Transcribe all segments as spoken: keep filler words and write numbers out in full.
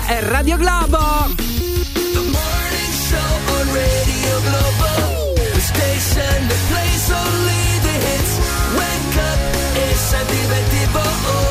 è Radio Globo. The morning show on Radio Globo. The station that plays only the hits. Wake up e sei divertito.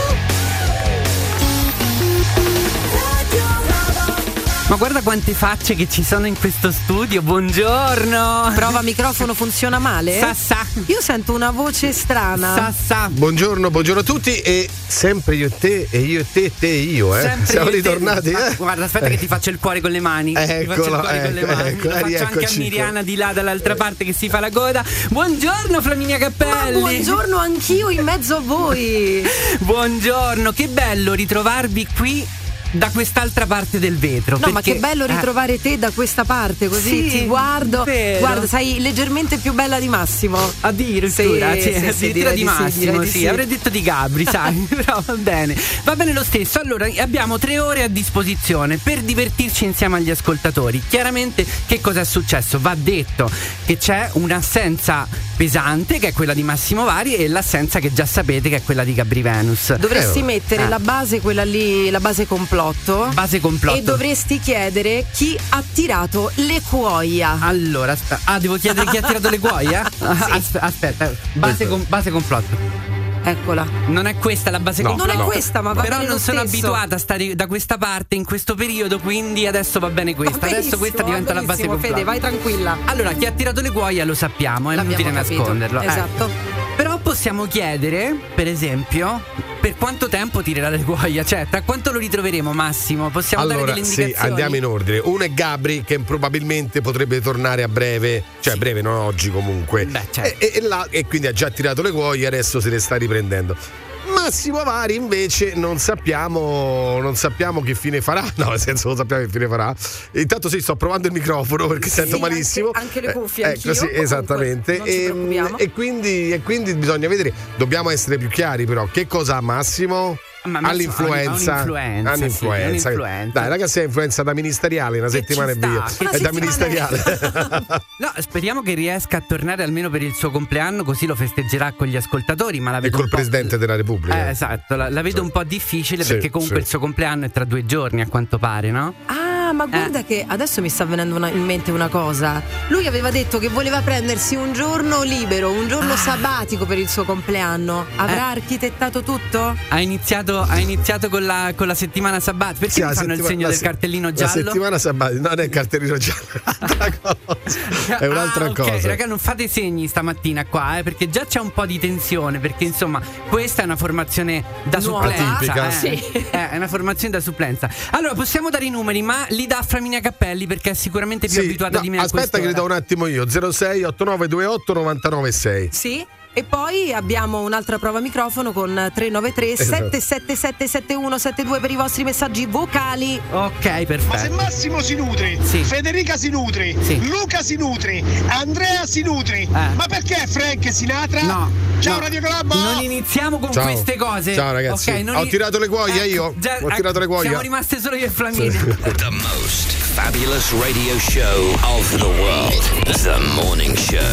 Ma guarda quante facce che ci sono in questo studio. Buongiorno. Prova microfono, funziona male? Sa sa. Io sento una voce strana. Sa sa. Buongiorno, buongiorno a tutti e sempre io e te e io e te e te e io, eh. Sempre Siamo io e te. ritornati, Ma eh. Guarda, aspetta che ti faccio il cuore con le mani. Ti faccio il Eccolo, cuore con le ecco, mani. ecco, Lo faccio anche a eccoci Miriana qua. di là dall'altra parte che si fa la coda. Buongiorno Flaminia Cappelli. Ma buongiorno anch'io in mezzo a voi. Buongiorno, che bello ritrovarvi qui da quest'altra parte del vetro. No, perché, ma che bello ritrovare eh. te da questa parte, così Sì, ti guardo. vero. Guarda, sei leggermente più bella di Massimo. Addirittura, Sì, sì, sì, sì, addirittura direi di di sì, Massimo, direi di sì. sì. Avrei detto di Gabri, sai, però va bene. Va bene lo stesso. Allora, abbiamo tre ore a disposizione per divertirci insieme agli ascoltatori. Chiaramente, che cosa è successo? Va detto che c'è un'assenza pesante, che è quella di Massimo Vari, e l'assenza che già sapete, che è quella di Gabri Venus. Dovresti Eh, mettere eh. la base, quella lì, la base complotto. Base complotto. E dovresti chiedere chi ha tirato le cuoia. Allora, aspetta. Ah, devo chiedere chi ha tirato le cuoia? Aspe- Aspetta, base, com- base complotto. Eccola. Non è questa la base No, complotto. Non è no. questa, ma va Però bene non lo sono stesso. abituata a stare da questa parte in questo periodo, quindi adesso va bene questa. Va Adesso benissimo, questa diventa va la base benissimo, complotto. Fede, vai tranquilla. Allora, chi ha tirato le cuoia lo sappiamo, è L'abbiamo inutile capito. nasconderlo. eh. Esatto. Però possiamo chiedere, per esempio, per quanto tempo tirerà le cuoia? Cioè, tra quanto lo ritroveremo, Massimo? Possiamo dare Allora, delle sì, indicazioni? andiamo in ordine. Uno è Gabri, che probabilmente potrebbe tornare a breve, cioè Sì. a breve, non oggi comunque. Beh, certo. e, e, là- e quindi ha già tirato le cuoie, adesso se le sta riprendendo. Massimo Vari invece non sappiamo non sappiamo che fine farà. No, nel senso, lo sappiamo che fine farà. Intanto sì, sto provando il microfono perché sento Sì, malissimo. anche- anche le cuffie, Eh, anch'io. ecco, sì, Comunque, esattamente. non ci E, preoccupiamo. e quindi, e quindi bisogna vedere, dobbiamo essere più chiari però. Che cosa ha Massimo? Ma Massimo All'influenza. ha un'influenza, All'influenza. sì, un'influenza. Dai, ragazzi, è influenza da ministeriale, una Che settimana e ci sta, via. che È ci da sta. ministeriale. No, speriamo che riesca a tornare almeno per il suo compleanno, così lo festeggerà con gli ascoltatori. Ma la E vedo col un po'- Presidente della Repubblica. Eh, esatto, la, la vedo un po' difficile Sì, perché comunque sì. il suo compleanno è tra due giorni, a quanto pare, no? Ah, ma guarda che adesso mi sta venendo una- in mente una cosa. Lui aveva detto che voleva prendersi un giorno libero, un giorno Ah. sabbatico per il suo compleanno. Avrà Eh. architettato tutto? Ha iniziato, ha iniziato con, la, con la settimana sabbatica. Perché Sì, mi la fanno il settima- segno la del se- cartellino La giallo? settimana sabbatica, non è il cartellino giallo, è un'altra cosa. È un'altra ah, ok, cosa. raga, non fate segni stamattina qua, eh, perché già c'è un po' di tensione. Perché insomma, questa è una formazione da Nuova. supplenza. Atipica. eh. Sì. Eh, è una formazione da supplenza. Allora, possiamo dare i numeri, ma li dà Flaminia Cappelli perché è sicuramente più Sì, abituata no, di me. a aspetta che li do quest'ora. un attimo io. zero sei otto nove due otto nove nove sei. Sì. E poi abbiamo un'altra prova microfono con tre nove tre Esatto. sette sette sette sette uno sette due per i vostri messaggi vocali. Ok, Ma se perfetto. Massimo si nutre, Sì. Federica si nutre, Sì. Luca si nutre, Andrea si nutre, ma perché Frank Sinatra? No. Ciao no, Radio Globo! Non iniziamo con Ciao. queste cose. Ciao, ragazzi. Ok, non Ho i- tirato le cuoia io? già- Ho tirato le cuoia. Siamo rimaste solo io e Flaminia. The most fabulous radio show of the world. The morning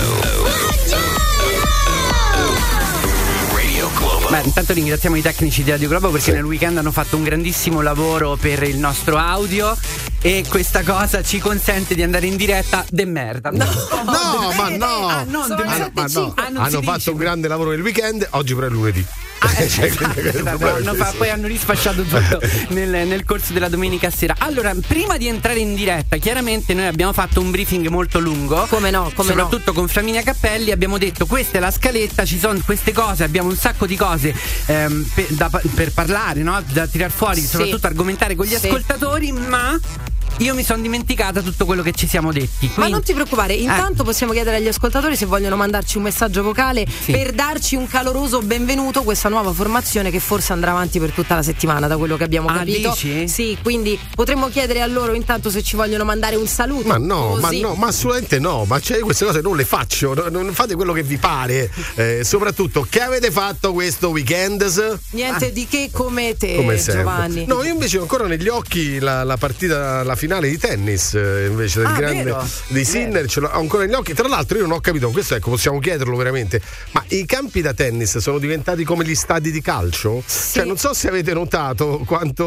show. Radio Globo. Beh, intanto ringraziamo i tecnici di Radio Globo perché Sì. nel weekend hanno fatto un grandissimo lavoro per il nostro audio e questa cosa ci consente di andare in diretta de merda. No, No, ma no. Ah, non Sono de le Ah, merda. no, ma no. Ah, non si Hanno fatto dice. un grande lavoro nel weekend, oggi però è lunedì. Eh, Cioè, esatto, quindi il esatto, problema è hanno fa- questo. poi hanno risfasciato tutto nel, nel corso della domenica sera. Allora, prima di entrare in diretta, chiaramente noi abbiamo fatto un briefing molto lungo. Come no, come no. soprattutto con Flaminia Cappelli. Abbiamo detto questa è la scaletta, ci sono queste cose, abbiamo un sacco di cose ehm, per, da- per parlare, no? Da tirar fuori, Sì. soprattutto argomentare con gli Sì. ascoltatori, ma io mi sono dimenticata tutto quello che ci siamo detti. Ma Quindi- non ti preoccupare, intanto possiamo chiedere agli ascoltatori se vogliono mandarci un messaggio vocale Sì. per darci un caloroso benvenuto a questa nuova formazione che forse andrà avanti per tutta la settimana, da quello che abbiamo Ah, capito. dici? Sì, quindi potremmo chiedere a loro intanto se ci vogliono mandare un saluto. Ma no, ma così. no, ma assolutamente no, ma cioè, queste cose non le faccio, no- non fate quello che vi pare. Eh, soprattutto, che avete fatto questo weekend? Niente di che come te, Come sempre. Giovanni. No, io invece ho ancora negli occhi la, la partita, la finale di tennis, eh, invece del Ah, grande vero? di Sinner, ce l'ho ancora negli occhi. Tra l'altro io non ho capito, questo ecco, possiamo chiederlo veramente, ma i campi da tennis sono diventati come gli stadi di calcio? Cioè non so se avete notato quanto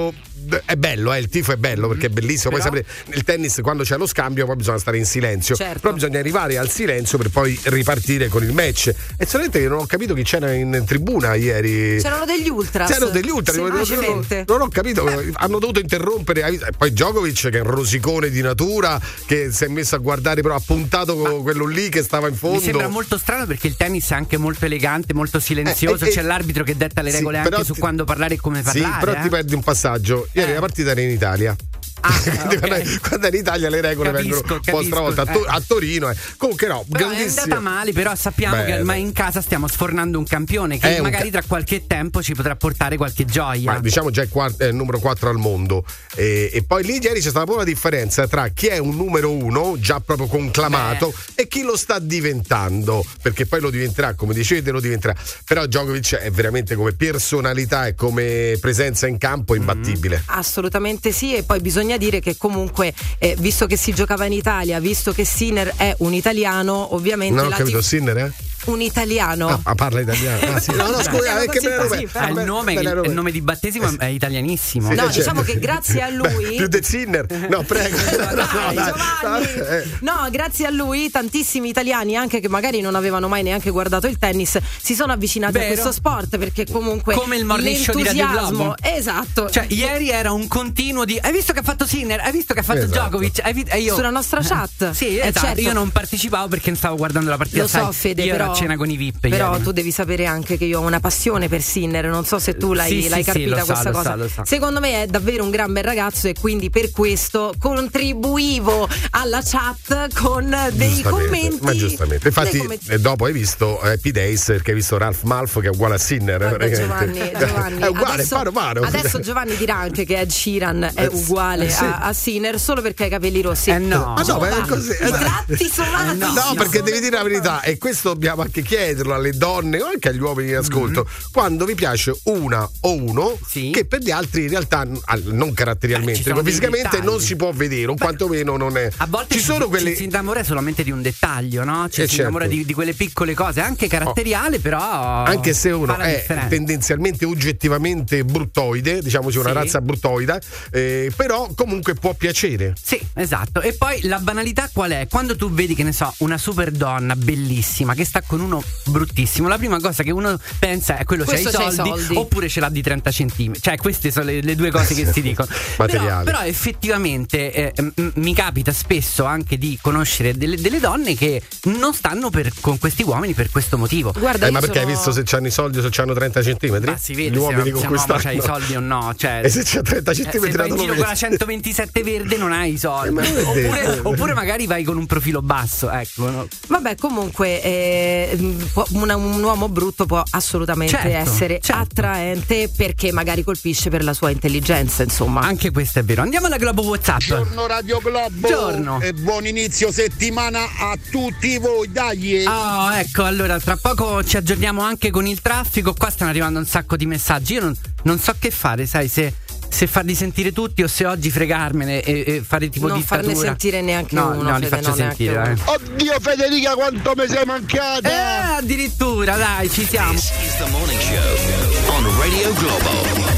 è bello, eh, il tifo è bello perché è bellissimo. Però... Poi sempre nel tennis quando c'è lo scambio poi bisogna stare in silenzio. Certo. Però bisogna arrivare al silenzio per poi ripartire con il match. E solamente che non ho capito chi c'era in tribuna ieri. C'erano degli ultras. C'erano degli ultras. Semplicemente. Non, non ho capito, Beh. hanno dovuto interrompere. Poi Djokovic, che è un rosicone di natura, che si è messo a guardare, però ha puntato Ma quello lì che stava in fondo. Mi sembra molto strano perché il tennis è anche molto elegante, molto silenzioso. Eh, eh, C'è l'arbitro che detta le regole sì, anche su ti, quando parlare e come parlare. Sì, però eh? ti perdi un passaggio. Ieri eh. la partita era in Italia. Ah, okay. Quando è in Italia le regole capisco, vengono un po' capisco, stravolte. A, to- eh. a Torino, eh. Comunque no, però grandissimo. è andata male, però sappiamo Beh, che ormai beh. in casa stiamo sfornando un campione che È magari un ca- tra qualche tempo ci potrà portare qualche gioia. Ma diciamo già il, quart- è il numero quattro al mondo. E, e poi lì ieri c'è stata poi una differenza tra chi è un numero uno, già proprio conclamato, Beh. e chi lo sta diventando. Perché poi lo diventerà, come dicete, lo diventerà. Però Djokovic è veramente come personalità e come presenza in campo imbattibile. Mm. Assolutamente sì, e poi bisogna dire che comunque eh, visto che si giocava in Italia, visto che Sinner è un italiano, ovviamente non ho la capito, tif- Sinner è? un italiano. Ah, ah, parla italiano. Ah, sì. No, no, scusa, è che me l'ero così, Ah, il, nome, il, il nome di battesimo è italianissimo. Sì, No, cioè, diciamo che grazie a lui beh, più del Sinner. No, prego. Dai, no, dai. Giovanni. No, grazie a lui tantissimi italiani, anche che magari non avevano mai neanche guardato il tennis, si sono avvicinati Vero. a questo sport perché comunque come il morning show di Radio Globo. Esatto. Cioè ieri era un continuo di hai visto che ha fatto Sinner, hai visto che ha fatto Esatto. Djokovic, hai vi- e io sulla nostra chat. Sì, Eh, esatto. certo. Io non partecipavo perché stavo guardando la partita. Lo so, sai, Fede, io però, ero a cena con i V I P. però ieri. tu devi sapere anche che io ho una passione per Sinner. Non so se tu l'hai, Sì, l'hai sì, capita sì, lo questa so, lo cosa. so, lo so. Secondo me è davvero un gran bel ragazzo e quindi per questo contribuivo alla chat con dei Giustamente, commenti. ma giustamente. dei Infatti, commenti. eh, dopo hai visto Happy Days perché hai visto Ralph Malf che è uguale a Sinner. Guarda, praticamente. Giovanni, Giovanni, è uguale, adesso, paro paro. adesso Giovanni dirà anche che Ed Sheeran è Eh, uguale sì. a, a Sinner solo perché ha i capelli rossi. Eh no. Ma no, ma è Giovanni, così. i tratti somatici. no, No, sono perché devi dire la dei verità, e questo dobbiamo anche chiederlo alle donne o anche agli uomini in ascolto. Mm-hmm. Quando vi piace una o uno, Sì. che per gli altri in realtà, ah, non Beh, caratterialmente, ci sono ma dei fisicamente dettagli. non si può vedere, o quantomeno non è. A volte ci sono ci, quelli. ci si innamora solamente di un dettaglio, no? Ci Eh, si certo. innamora di, di quelle piccole cose, anche caratteriale, però. Anche se uno fa la è differenza. tendenzialmente oggettivamente bruttoide, diciamoci una Sì. razza bruttoida, eh, però comunque può piacere. Sì, esatto. E poi la banalità qual è? Quando tu vedi, che ne so, una super donna bellissima che sta con uno bruttissimo, la prima cosa che uno pensa è quello c'ha i Questo c'ha i soldi, soldi. oppure ce l'ha di trenta centimetri. Cioè, queste sono le, le due cose che si dicono. Materiali. Però, però effettivamente eh, m- mi capita spesso anche di conoscere delle, delle donne che non stanno per, con questi uomini per questo motivo. Guarda, Eh, io ma perché sono- hai visto se c'hanno i soldi o se c'hanno trenta centimetri? Ma si vede Gli se, uomini se con un cui uomo c'ha stanno. i soldi o no. Cioè, E se c'ha trenta eh, centimetri se vai da in giro dove con la centoventisette verde non hai i soldi. Eh, ma non è oppure, detto. oppure magari vai con un profilo basso. Ecco, no? Vabbè, comunque eh, può- una- un uomo brutto può assolutamente Certo, essere certo. attraente perché magari colpisce per la sua intelligenza, insomma. Anche questo è vero. Andiamo alla Globo WhatsApp. Buongiorno Radio Globo. Buongiorno. E buon inizio settimana a tutti voi, dai. Oh, ecco, allora tra poco ci aggiorniamo anche con il traffico. Qua stanno arrivando un sacco di messaggi. Io non, non so che fare, sai, se, se farli sentire tutti o se oggi fregarmene e, e fare tipo Non dittatura. farne sentire neanche no, uno, No, li Fede, faccio no, neanche sentire. uno. Oddio Federica, quanto mi sei mancata. Eh, addirittura, dai, ci siamo. This is the morning show on Radio Globo.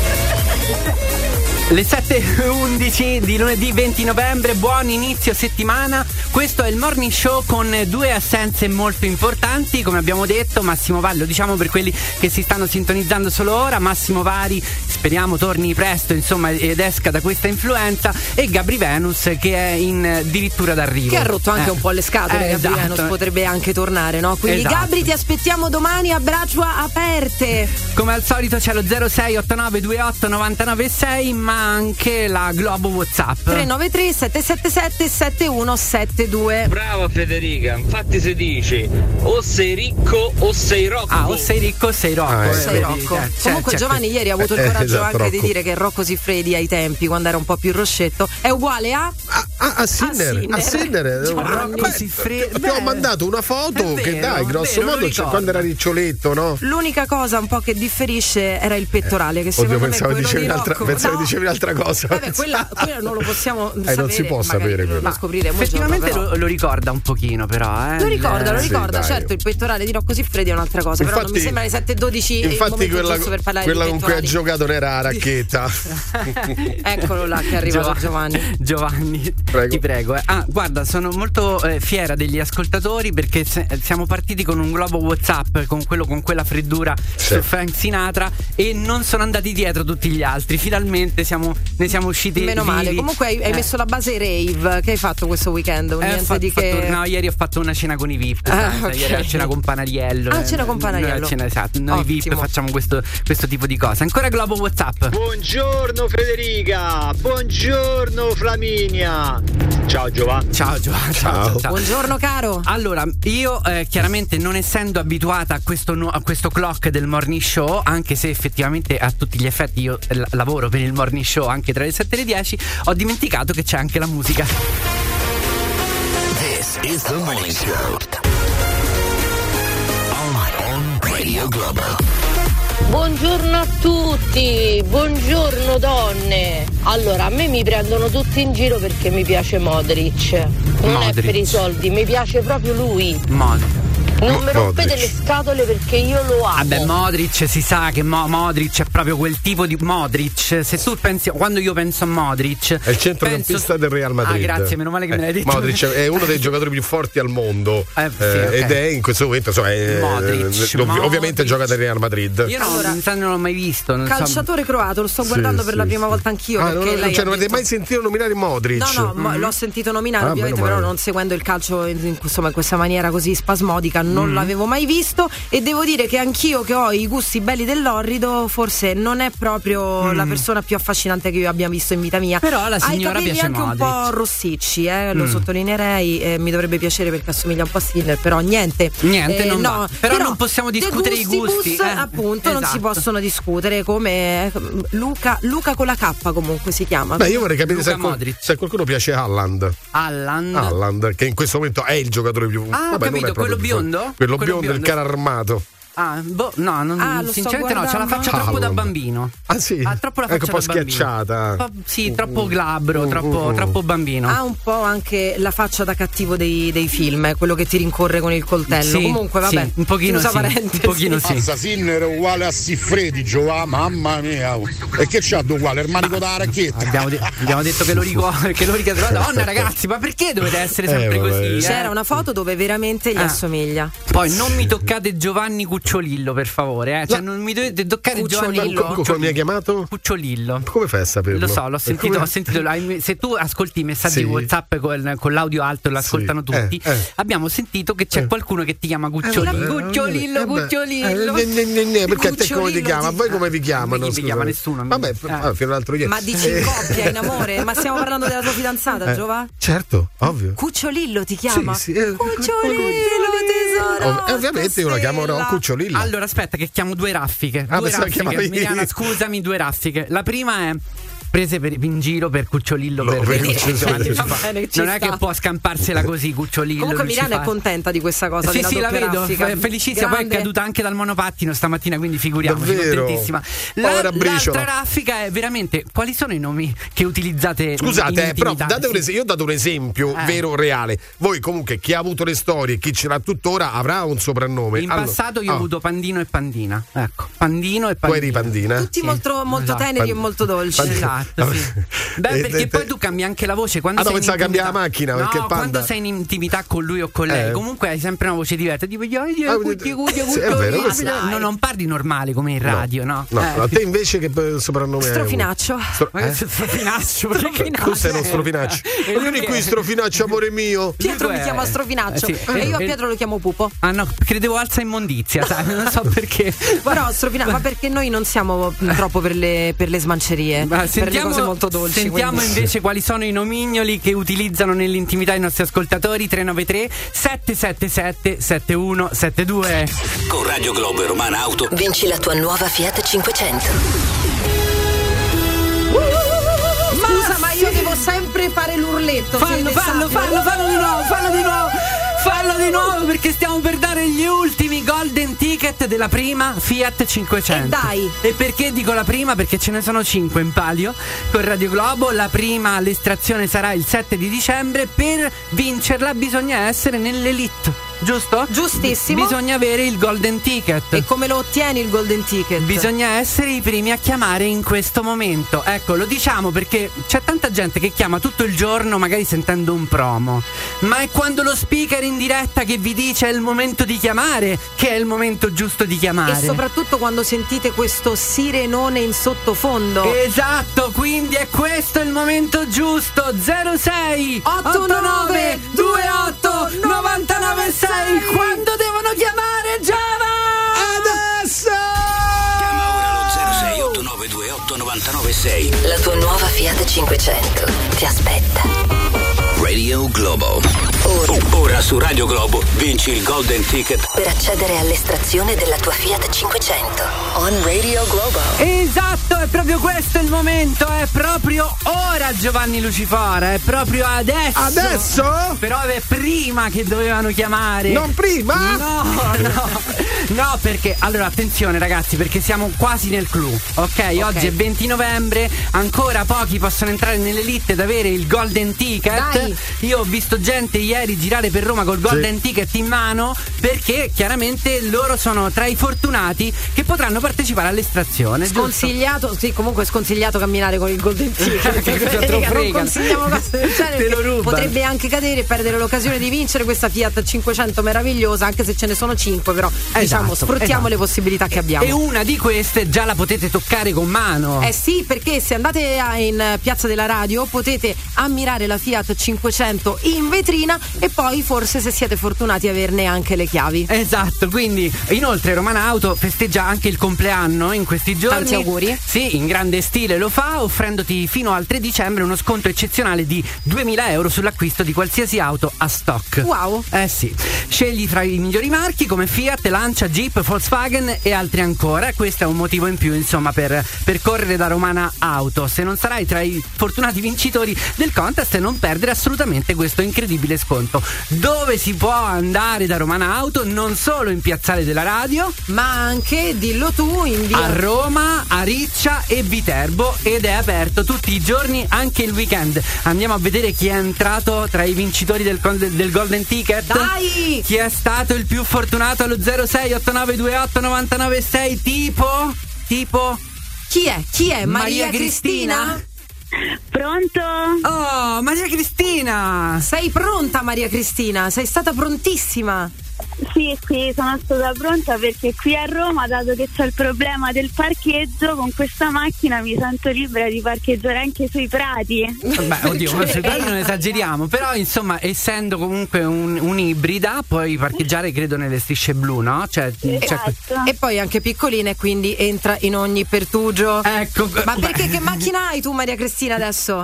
Le sette e undici di lunedì venti novembre, buon inizio settimana. Questo è il morning show con due assenze molto importanti, come abbiamo detto. Massimo Vari, lo diciamo per quelli che si stanno sintonizzando solo ora, Massimo Vari speriamo torni presto, insomma, ed esca da questa influenza, e Gabri Venus che è in addirittura d'arrivo. Che ha rotto anche Eh. un po' le scatole, Eh, Gabri esatto. Venus potrebbe anche tornare, no? Quindi Esatto. Gabri, ti aspettiamo domani a braccia aperte. Come al solito c'è lo zero sei otto nove due otto nove nove sei, ma anche la Globo WhatsApp. tre nove tre sette sette sette sette uno sette due. Brava Federica, infatti si dice o sei ricco o sei Rocco. Ah, o sei ricco o sei Rocco. Ah, eh. eh, Sei vedi, Rocco. eh, c'è- Comunque c'è- Giovanni ieri ha avuto il Eh, coraggio esatto, anche di Rocco. dire che Rocco Siffredi ai tempi, quando era un po' più roscetto, è uguale a Ah, Ah, a Sinner, a Sinner. Rocco Siffredi. Ti ho mandato una foto vero, che dai, grosso vero, modo, cioè, quando era riccioletto, no? L'unica cosa un po' che differisce era il pettorale, che secondo Oddio, me pensavo quello dicevi di un'altra, Rocco, pensavo no. dicevi un'altra cosa. Vabbè, quella, quella non lo possiamo eh, sapere. non si può sapere lo quello. scopriremo. Effettivamente giorno, lo, lo ricorda un pochino, però. Eh. Lo ricorda, lo Sì, ricorda. dai. Certo, il pettorale di Rocco Siffredi è un'altra cosa. Infatti, però non mi sembra le sette e dodici. Infatti, il quella, per parlare quella di con cui ha pettorali. giocato non era la racchetta. Eccolo là che è arrivato Giovanni. Giovanni, Prego. ti prego. eh. Ah, guarda, sono molto eh, fiera degli ascoltatori perché se- siamo partiti con un globo WhatsApp con quello con quella freddura Sì. su Frank Sinatra e non sono andati dietro tutti gli altri. Finalmente siamo, ne siamo usciti Meno male. vivi. Comunque hai, hai Eh. messo la base rave. Che hai fatto questo weekend? Eh, ho Niente fatto- di che. fatto- no, ieri ho fatto una cena con i V I P. Ah, sai, ok. Ieri a cena con Panariello. Ah, eh, cena con Panariello. Noi a cena, esatto. Noi V I P Ottimo. facciamo questo, questo tipo di cose. Ancora globo WhatsApp. Buongiorno Federica, buongiorno Flaminia. Ciao Giovanni. Ciao Giovanni. Ciao. Buongiorno caro. Allora, io eh, chiaramente non essendo abituata a questo, nu- a questo clock del morning show, anche se effettivamente a tutti gli effetti io eh, lavoro per il morning show anche tra le sette e le dieci, ho dimenticato che c'è anche la musica. This is the morning show. On, on Radio Globo. Buongiorno a tutti, buongiorno donne. Allora, a me mi prendono tutti in giro perché mi piace Modric. Non Modric. è per i soldi, mi piace proprio lui. Mod- Non mi rompete Modric. le scatole perché io lo amo. Vabbè, Modric si sa che Mo- Modric è proprio quel tipo di Modric. Se tu pensi, quando io penso a Modric, È il centrocampista penso- del Real Madrid. Ah, grazie, meno male che me l'hai detto. Modric è uno dei giocatori più forti al mondo. Eh, sì, eh, ok. Ed è in questo momento, insomma, è- Modric, eh, ovvi- ovviamente Modric. gioca del Real Madrid. Io no, Allora, non, so, non l'ho mai visto. Non so. Calciatore croato, lo sto guardando Sì, per sì, la prima sì. volta anch'io. Ah, perché non, lei cioè, ha non avete detto- mai sentito nominare Modric? No, no, ma l'ho sentito nominare Ah, ovviamente, meno però male. non seguendo il calcio in, in- insomma, in questa maniera così spasmodica non l'avevo mai visto e devo dire che anch'io che ho i gusti belli dell'orrido forse non è proprio la persona più affascinante che io abbia visto in vita mia. Però alla ha i signora capelli piace anche Modric. un po' rossicci, eh, lo Mm. sottolineerei, eh, mi dovrebbe piacere perché assomiglia un po' a Stiller, però niente. Niente, Eh, non no, va. Però non possiamo dei discutere i gusti, bus, eh. appunto, non si Esatto. possono discutere come eh, Luca, Luca con la K comunque si chiama. Beh, io vorrei capire Luka se a, qual- Modric. se a qualcuno piace Haaland. Allan. Haaland, che in questo momento è il giocatore più. Ah, ho vabbè, non capito, è proprio quello più- biondo? Quello, Quello biondo, il biondo. carro armato. Ah, boh, no, non, Ah, lo sto sinceramente no, c'ha la guardando. faccia troppo da Haaland. bambino. Ah, sì? Ha troppo la faccia Ecco, un po' da bambino. schiacciata. Un po'- sì, troppo glabro, Mm, troppo, mm. troppo bambino. Ha un po' anche la faccia da cattivo dei, dei film, eh, quello che ti rincorre con il coltello. Sì, Comunque, vabbè, sì, un pochino chiusa sì, parentesi. un pochino sì. Sinner è uguale a Siffredi, Giova, mamma mia. E che c'ha uguale? Il manico da racchetta. Abbiamo, de- abbiamo detto che lo ricorda, che lo ricorda. Madonna, ragazzi, ma perché dovete essere sempre Eh, vabbè. così? eh? C'era una foto dove veramente gli Ah. assomiglia. Poi non mi toccate Giovanni Cucciolillo, per favore, eh. Cioè, non mi dovete toccare Giovanni Cucciolillo. Co- come mi ha chiamato? Cucciolillo. Come fai a saperlo? Lo so, l'ho sentito, Come- ho sentito hai- se tu ascolti i messaggi Sì. WhatsApp con, con l'audio alto e lo ascoltano Sì. tutti, Eh, eh. abbiamo sentito che c'è Eh. qualcuno che ti chiama Eh, Cucciolillo. vabbè, Cucciolillo, eh, beh, Cucciolillo. eh, ne- ne- ne- perché a te come ti Cucciolillo chiama? A ti- voi come vi chiamano? Non mi scusa? chiama nessuno, mi- Vabbè, eh. ah, fino all'altro ieri. Ma dici in Eh, coppia, in amore? Ma stiamo parlando della tua fidanzata, eh, Giova? Certo, ovvio. Cucciolillo ti chiama? Sì, sì, eh, Cucciolillo, tesoro. Ov- ovviamente io lo chiamerò stella. Cucciolillo. Allora, aspetta, che chiamo due raffiche. Ah, due pensavo raffiche. chiamavi- Emiliana, scusami, due raffiche. La prima è prese per, in giro per Cucciolillo No, per per vedere Cucciolillo. quanti ci Va fa. bene, ci Non è sta. che può scamparsela così Cucciolillo. Comunque lui ci Milana fa- è contenta di questa cosa. Sì, della sì, la doppia vedo, raffica. fe- felicissima. Poi è Grande. caduta anche dal monopattino stamattina, quindi figuriamoci, Davvero? contentissima. Povera La, briciola. l'altra raffica è veramente quali sono i nomi che utilizzate in- Scusate, in eh, però intimità? date un Sì. es- io ho dato un esempio Eh. vero, reale. Voi comunque chi ha avuto le storie, chi ce l'ha tuttora avrà un soprannome. In Allora- passato io Ah, ho avuto Pandino e Pandina. Ecco, Pandino e tu Pandina. eri Pandina? Tutti Sì, molto, molto esatto. teneri e molto dolci. Esatto, sì. Beh, Eh, perché eh, poi eh. tu cambi anche la voce quando Ah, no, sei in pensavo cambia intimità. la macchina, no, perché Panda- quando sei in intimità con lui o con lei, Eh. comunque hai sempre una voce diversa. Tipo, io, Ah, io, cucci, cucci, sì, cucci, è vero, cucci. questo- no, non parli normale come in radio, no? No, Eh. a te invece che eh, soprannome hai? Strofinaccio. Stro- Ma eh? che strofinaccio, Strofinaccio. Tu sei uno strofinaccio. E lui Vieni che- qui, strofinaccio, amore mio. Pietro Lui mi è- chiama Strofinaccio eh, sì. e io a Eh, Pietro lo chiamo Pupo. Ah no, credevo alza immondizia, sai, non so perché. Però Strofinaccio, ma perché noi non siamo mh, troppo per le, per le smancerie, Ma per le sentiamo, cose molto dolci. sentiamo quindi- invece quali sono i nomignoli che utilizzano nell'intimità i nostri ascoltatori. Tre nove tre sette sette sette sette uno sette due. Con Radio Globo e Romana Auto. Vinci la tua nuova Fiat cinquecento. Scusa, ma io devo sempre sempre fare l'urletto. Fallo, fallo, fallo, fallo di nuovo, fallo di nuovo. Fallo di nuovo perché stiamo per dare gli ultimi golden ticket della prima Fiat cinquecento. E dai. E perché dico la prima? Perché ce ne sono cinque in palio con Radio Globo. La prima all'estrazione sarà il sette di dicembre. Per vincerla bisogna essere nell'elite, giusto? Giustissimo. Bisogna avere il golden ticket. E come lo ottieni il golden ticket? Bisogna essere i primi a chiamare in questo momento. Ecco, lo diciamo perché c'è tanta gente che chiama tutto il giorno magari sentendo un promo, ma è quando lo speaker in diretta che vi dice è il momento di chiamare che è il momento giusto di chiamare. E soprattutto quando sentite questo sirenone in sottofondo. Esatto, quindi è questo il momento giusto. Zero sei otto nove due otto nove nove sei. Quando devono chiamare, Giova? Adesso! Chiama ora lo zero sei otto nove due otto nove nove sei. La tua nuova Fiat cinquecento ti aspetta. Radio Globo. Ora, ora su Radio Globo vinci il golden ticket Per accedere all'estrazione della tua Fiat cinquecento. On Radio Globo. Esatto, è proprio questo il momento, è proprio ora, Giovanni Lucifora, è proprio adesso. Adesso? Però è prima che dovevano chiamare. Non prima? No, no. No, perché allora attenzione ragazzi, perché siamo quasi nel clou. Ok, Ok. oggi è venti novembre, ancora pochi possono entrare nell'elite ed avere il golden ticket. Dai. Io ho visto gente ieri girare per Roma col golden Sì. ticket in mano, perché chiaramente loro sono tra i fortunati che potranno partecipare all'estrazione. giusto? Sconsigliato, sì, comunque è sconsigliato camminare con il golden ticket. Che cosa te lo Non fregano? consigliamo cose del genere, Te lo perché rubano. potrebbe anche cadere e perdere l'occasione di vincere questa Fiat cinquecento meravigliosa, anche se ce ne sono cinque, però diciamo sfruttiamo esatto. le possibilità che abbiamo. E una di queste già la potete toccare con mano. Eh sì, perché se andate a- in Piazza della Radio potete ammirare la Fiat cinquecento in vetrina e poi forse, se siete fortunati, averne anche le chiavi. Esatto, quindi inoltre Romana Auto festeggia anche il compleanno in questi giorni. Tanti auguri. Sì, in grande stile lo fa, offrendoti fino al tre dicembre uno sconto eccezionale di duemila euro sull'acquisto di qualsiasi auto a stock. Wow. Eh sì, scegli fra i migliori marchi come Fiat, Lancia, Jeep, Volkswagen e altri ancora. Questo è un motivo in più, insomma, per, per correre da Romana Auto. Se non sarai tra i fortunati vincitori del contest, non perdere assolutamente questo incredibile sconto. Dove si può andare da Romana Auto? Non solo in Piazzale della Radio, Ma anche, dillo tu, in via a Roma, a Riccia e Viterbo, ed è aperto tutti i giorni, anche il weekend. Andiamo a vedere chi è entrato tra i vincitori del, del Golden Ticket. Dai! Chi è stato il più fortunato allo zero sei otto nove due otto nove nove sei? Tipo? Tipo? Chi è? Chi è? Maria, Maria Cristina? Pronto? Oh, Maria Cristina! Sei pronta, Maria Cristina? Sei stata prontissima. Sì, sì, sono stata pronta perché qui a Roma, dato che c'è il problema del parcheggio, con questa macchina mi sento libera di parcheggiare anche sui prati. Beh, oddio, ma sui prati non esageriamo, però insomma, essendo comunque un, un'ibrida, puoi parcheggiare credo nelle strisce blu, no? Cioè, Esatto. cioè- E poi anche piccolina e quindi entra in ogni pertugio. ecco. Ma beh. perché che macchina hai tu, Maria Cristina, adesso?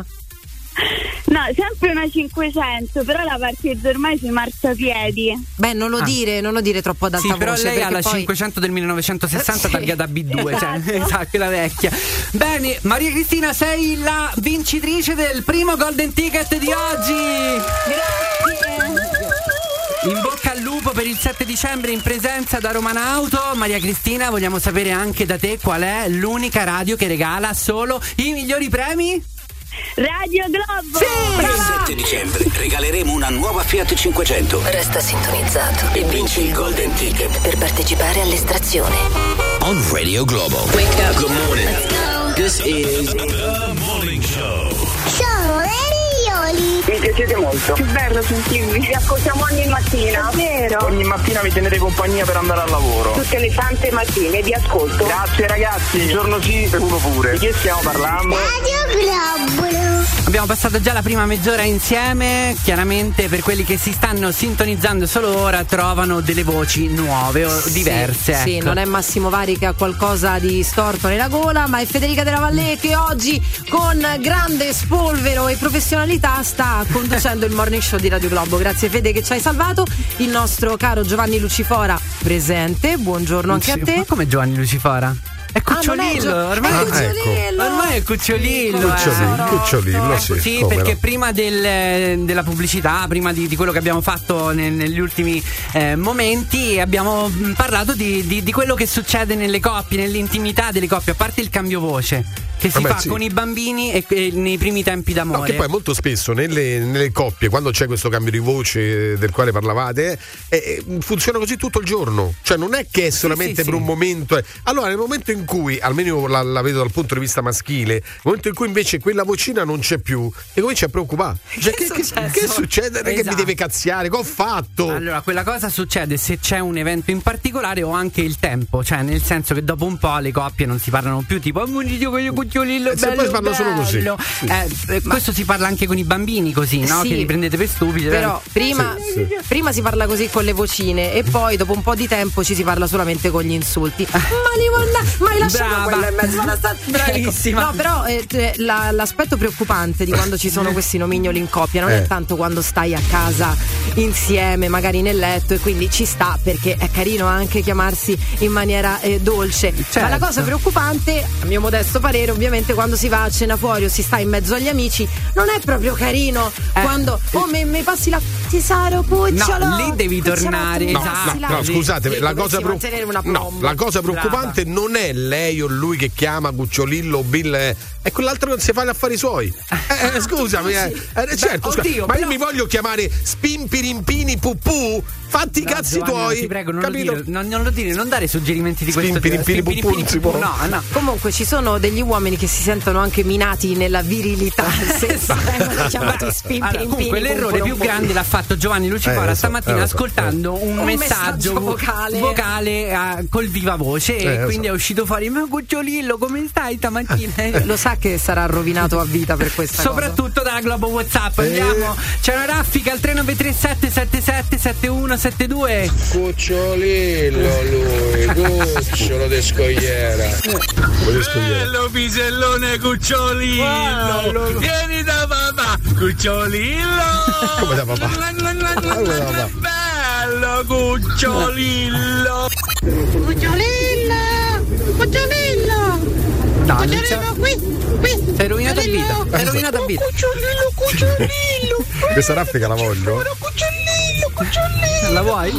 No, sempre una cinquecento, però la parcheggio ormai sui marciapiedi. Beh, non lo Ah. dire, non lo dire troppo ad alta Sì, però voce. lei ha perché la poi... cinquecento del millenovecentosessanta Sì. targata B due, cioè, Esatto. esatto, quella vecchia. Bene, Maria Cristina, sei la vincitrice del primo Golden Ticket di oggi. Grazie. In bocca al lupo per il sette dicembre in presenza da Romana Auto. Maria Cristina, vogliamo sapere anche da te qual è l'unica radio che regala solo i migliori premi? Radio Globo! Il sette dicembre regaleremo una nuova Fiat cinquecento. Resta sintonizzato e vinci il golden ticket per partecipare all'estrazione. On Radio Globo. Wake up. Good morning. This is The Morning Show. Sono le Ioli. Mi piacete molto. Che bello sentirvi. Vi ascoltiamo ogni mattina. È vero. Ogni mattina mi tenete compagnia per andare al lavoro. Tutte le sante mattine vi ascolto. Grazie ragazzi, un giorno sì e uno pure. Di che stiamo parlando? Radio Globo. Abbiamo passato già la prima mezz'ora insieme. Chiaramente per quelli che si stanno sintonizzando solo ora trovano delle voci nuove o diverse. Sì, sì, ecco. non è Massimo Vari che ha qualcosa di storto nella gola, ma è Federica Della Valle che oggi con grande spolvero e professionalità sta conducendo il morning show di Radio Globo. Grazie Fede che ci hai salvato. Il nostro caro Giovanni Lucifora presente. Buongiorno anche Sì, a te. ma come Giovanni Lucifora? È Cucciolillo, ah, ormai, è Ah, Cucciolillo. ormai è Cucciolillo. Cucciolillo, eh. Cucciolillo, sì. Sì, come perché no. prima del- della pubblicità, prima di, di quello che abbiamo fatto ne- negli ultimi eh, momenti, abbiamo mh, parlato di, di- di quello che succede nelle coppie, nell'intimità delle coppie, a parte il cambio voce che si Vabbè, fa sì. con i bambini e, e nei primi tempi d'amore. No, che poi molto spesso nelle, nelle coppie, quando c'è questo cambio di voce del quale parlavate, eh, eh, funziona così tutto il giorno. Cioè non è che è solamente sì, per sì. un momento. eh. Allora, nel momento in cui, almeno io la, la vedo dal punto di vista maschile, nel momento in cui invece quella vocina non c'è più, e cominci a preoccupare. Cioè, Che che, è che, successo? che succede? Non è che mi Esatto. deve cazziare, che ho fatto? Allora, quella cosa succede se c'è un evento in particolare o anche il tempo, cioè nel senso che dopo un po' le coppie non si parlano più tipo "Oh, mi dico che io Cucciolillo E se bello, poi fanno solo così. bello". Sì. Eh, eh, questo si parla anche con i bambini così, no? Sì. Che li prendete per stupidi. Però eh. prima, Sì, sì. prima si parla così con le vocine e poi dopo un po' di tempo ci si parla solamente con gli insulti. Ma li manda, ma hai lasciato Brava. quello in mezzo alla stanza. Bravissima. Ecco. No, però eh, t- la- l'aspetto preoccupante di quando ci sono questi nomignoli in coppia non Eh. è tanto quando stai a casa insieme, magari nel letto, e quindi ci sta perché è carino anche chiamarsi in maniera eh, dolce. Certo. Ma la cosa preoccupante, a mio modesto parere, ovviamente quando si va a cena fuori o si sta in mezzo agli amici, non è proprio carino Eh. quando oh mi, mi passi la tesoro cucciolo. No, lì devi Cucciolo, tornare, mi No, esatto. passi no, la- no, scusate, Lì la dovresti cosa, preoc- mantenere una no, plomba. la cosa preoccupante non è lei o lui che chiama Cucciolillo o Bill, eh, è quell'altro che non si fa gli affari suoi. Eh, eh, scusami, eh, eh, certo, scusa, oddio, ma però- io mi voglio chiamare Spimpirimpini Pupù? Fatti i No, cazzi Giovanni, tuoi. ti prego, non capito? lo dire, non, non lo dire, non dare suggerimenti di questo tipo. Spimpirimpini pupù, non si può. No, no. Comunque ci sono degli uomini che si sentono anche minati nella virilità se si vengono chiamati spimpi. Allora, comunque l'errore più grande l'ha fatto Giovanni Lucifora Eh, lo so, stamattina eh, lo so, ascoltando un, Un messaggio, messaggio vocale. vocale, eh, col viva voce Eh, e lo quindi so. è uscito fuori ma Cucciolillo come stai stamattina? Lo sa che sarà rovinato a vita per questa Soprattutto dalla Globo WhatsApp. Andiamo, c'è una raffica al tre nove tre sette sette sette sette uno sette due. Cucciolillo lui, cucciolo de scogliera. Bello pisellone Cucciolillo, vieni da papà, Cucciolillo. Come da papà? Come da papà? Bello Cucciolillo. Cucciolillo, Cucciolillo. No, non Cucciolillo c'è- qui, qui. Sei rovinato a vita, Cucciolillo. sei rovinato a vita. Cucciolillo, Cucciolillo. Questa raffica la voglio. Cucciolillo, Cucciolillo. La vuoi?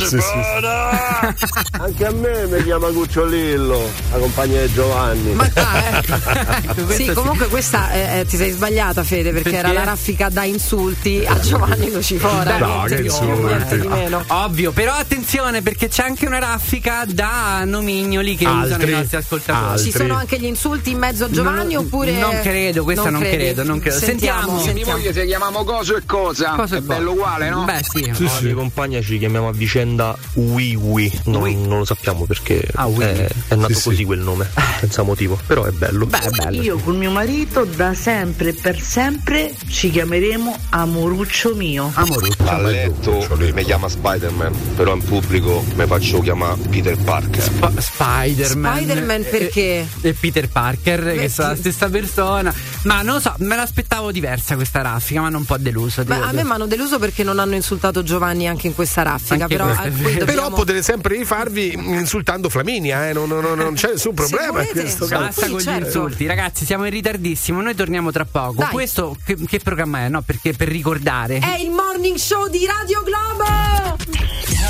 Lucifora! Anche a me mi chiama Cucciolillo, la compagnia di Giovanni. Ma ah, ecco. Ecco, Sì, questo comunque questa eh, eh, ti sei sbagliata, Fede, perché, Perché? era la raffica da insulti a Giovanni Lucifora. No, niente che di più, insulti. niente di meno. Ovvio, però attenzione perché c'è anche una raffica da nomignoli che usano Altri? i nostri ascoltatori. Ci sono anche gli insulti in mezzo a Giovanni Non- oppure non credo, questa non credi? credo, non credo. Sentiamo. sentiamo. se chiamiamo coso e cosa, Cosa è è bello uguale, no? Beh, sì. La mia compagna ci chiamiamo a vicenda Wiwi, non, Ui. non lo sappiamo perché Ah, Wiwi. è, è nato Sì, sì. così quel nome, senza motivo, però è bello. Beh, è bello. Io con mio marito da sempre e per sempre ci chiameremo Amoruccio mio. Amoruccio. A letto mi chiama Spider-Man, però in pubblico mi faccio chiamare Peter Parker. Sp- Spider-Man. Spider-Man e- perché? E, Peter Parker, Beh, che sono la sì. stessa persona. Ma non lo so, me l'aspettavo diversa questa raffica, ma non un po' deluso. Beh, devo a me dire. mi hanno deluso perché non hanno insultato Giovanni anche in questa raffica. Anche Però, questo è a cui vero. dobbiamo- Però potete sempre rifarvi insultando Flaminia, eh? non, non- non- non c'è nessun problema in volete. questo caso. Basta Sì, con gli certo. insulti, ragazzi. Siamo in ritardissimo. Noi torniamo tra poco. Dai. Questo che, che programma è? No, perché per ricordare. È il morning show di Radio Globo!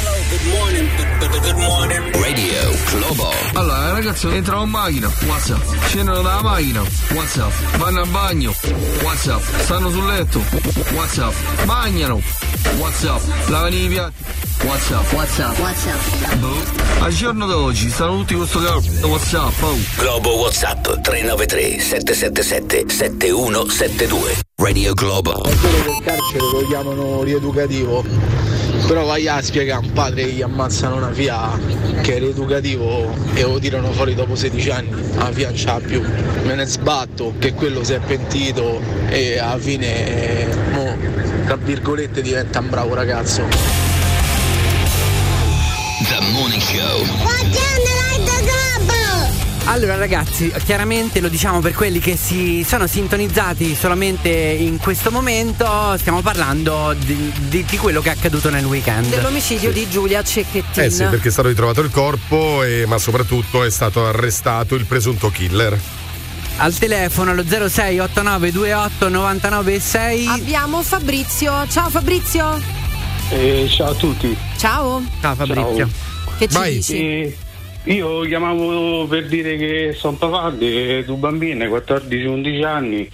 Radio Globo. Allora, ragazzi, entrano in macchina, WhatsApp. Scendono dalla macchina, WhatsApp. Vanno al bagno, WhatsApp. Stanno sul letto, WhatsApp. Bagnano, WhatsApp. Lavano i piatti, WhatsApp. WhatsApp. WhatsApp. Boh. Al giorno d'oggi stanno tutti con sto cazzo WhatsApp. Oh. Globo WhatsApp tre nove tre sette sette sette sette uno sette due. Radio Globo. È vero che il carcere lo chiamano rieducativo, però vai a spiegare a un padre che gli ammazzano una figlia che è rieducativo e lo tirano fuori dopo sedici anni, alla fine non ce l'ha più. Me ne sbatto che quello si è pentito e alla fine, eh, mo, tra virgolette, diventa un bravo ragazzo. The Morning Show. Buongiorno Radio Globo! Allora ragazzi, chiaramente lo diciamo per quelli che si sono sintonizzati solamente in questo momento, stiamo parlando di, di, di quello che è accaduto nel weekend. Dell'omicidio sì. di Giulia Cecchettin. Eh sì, perché è stato ritrovato il corpo, e, ma soprattutto è stato arrestato il presunto killer. Al telefono allo zero sei otto nove due otto nove nove sei abbiamo Fabrizio. Ciao Fabrizio. Eh, ciao a tutti. Ciao. Ciao Fabrizio. Ciao. Che ci Vai. dici? Eh, io chiamavo per dire che sono papà di due bambine, quattordici undici anni,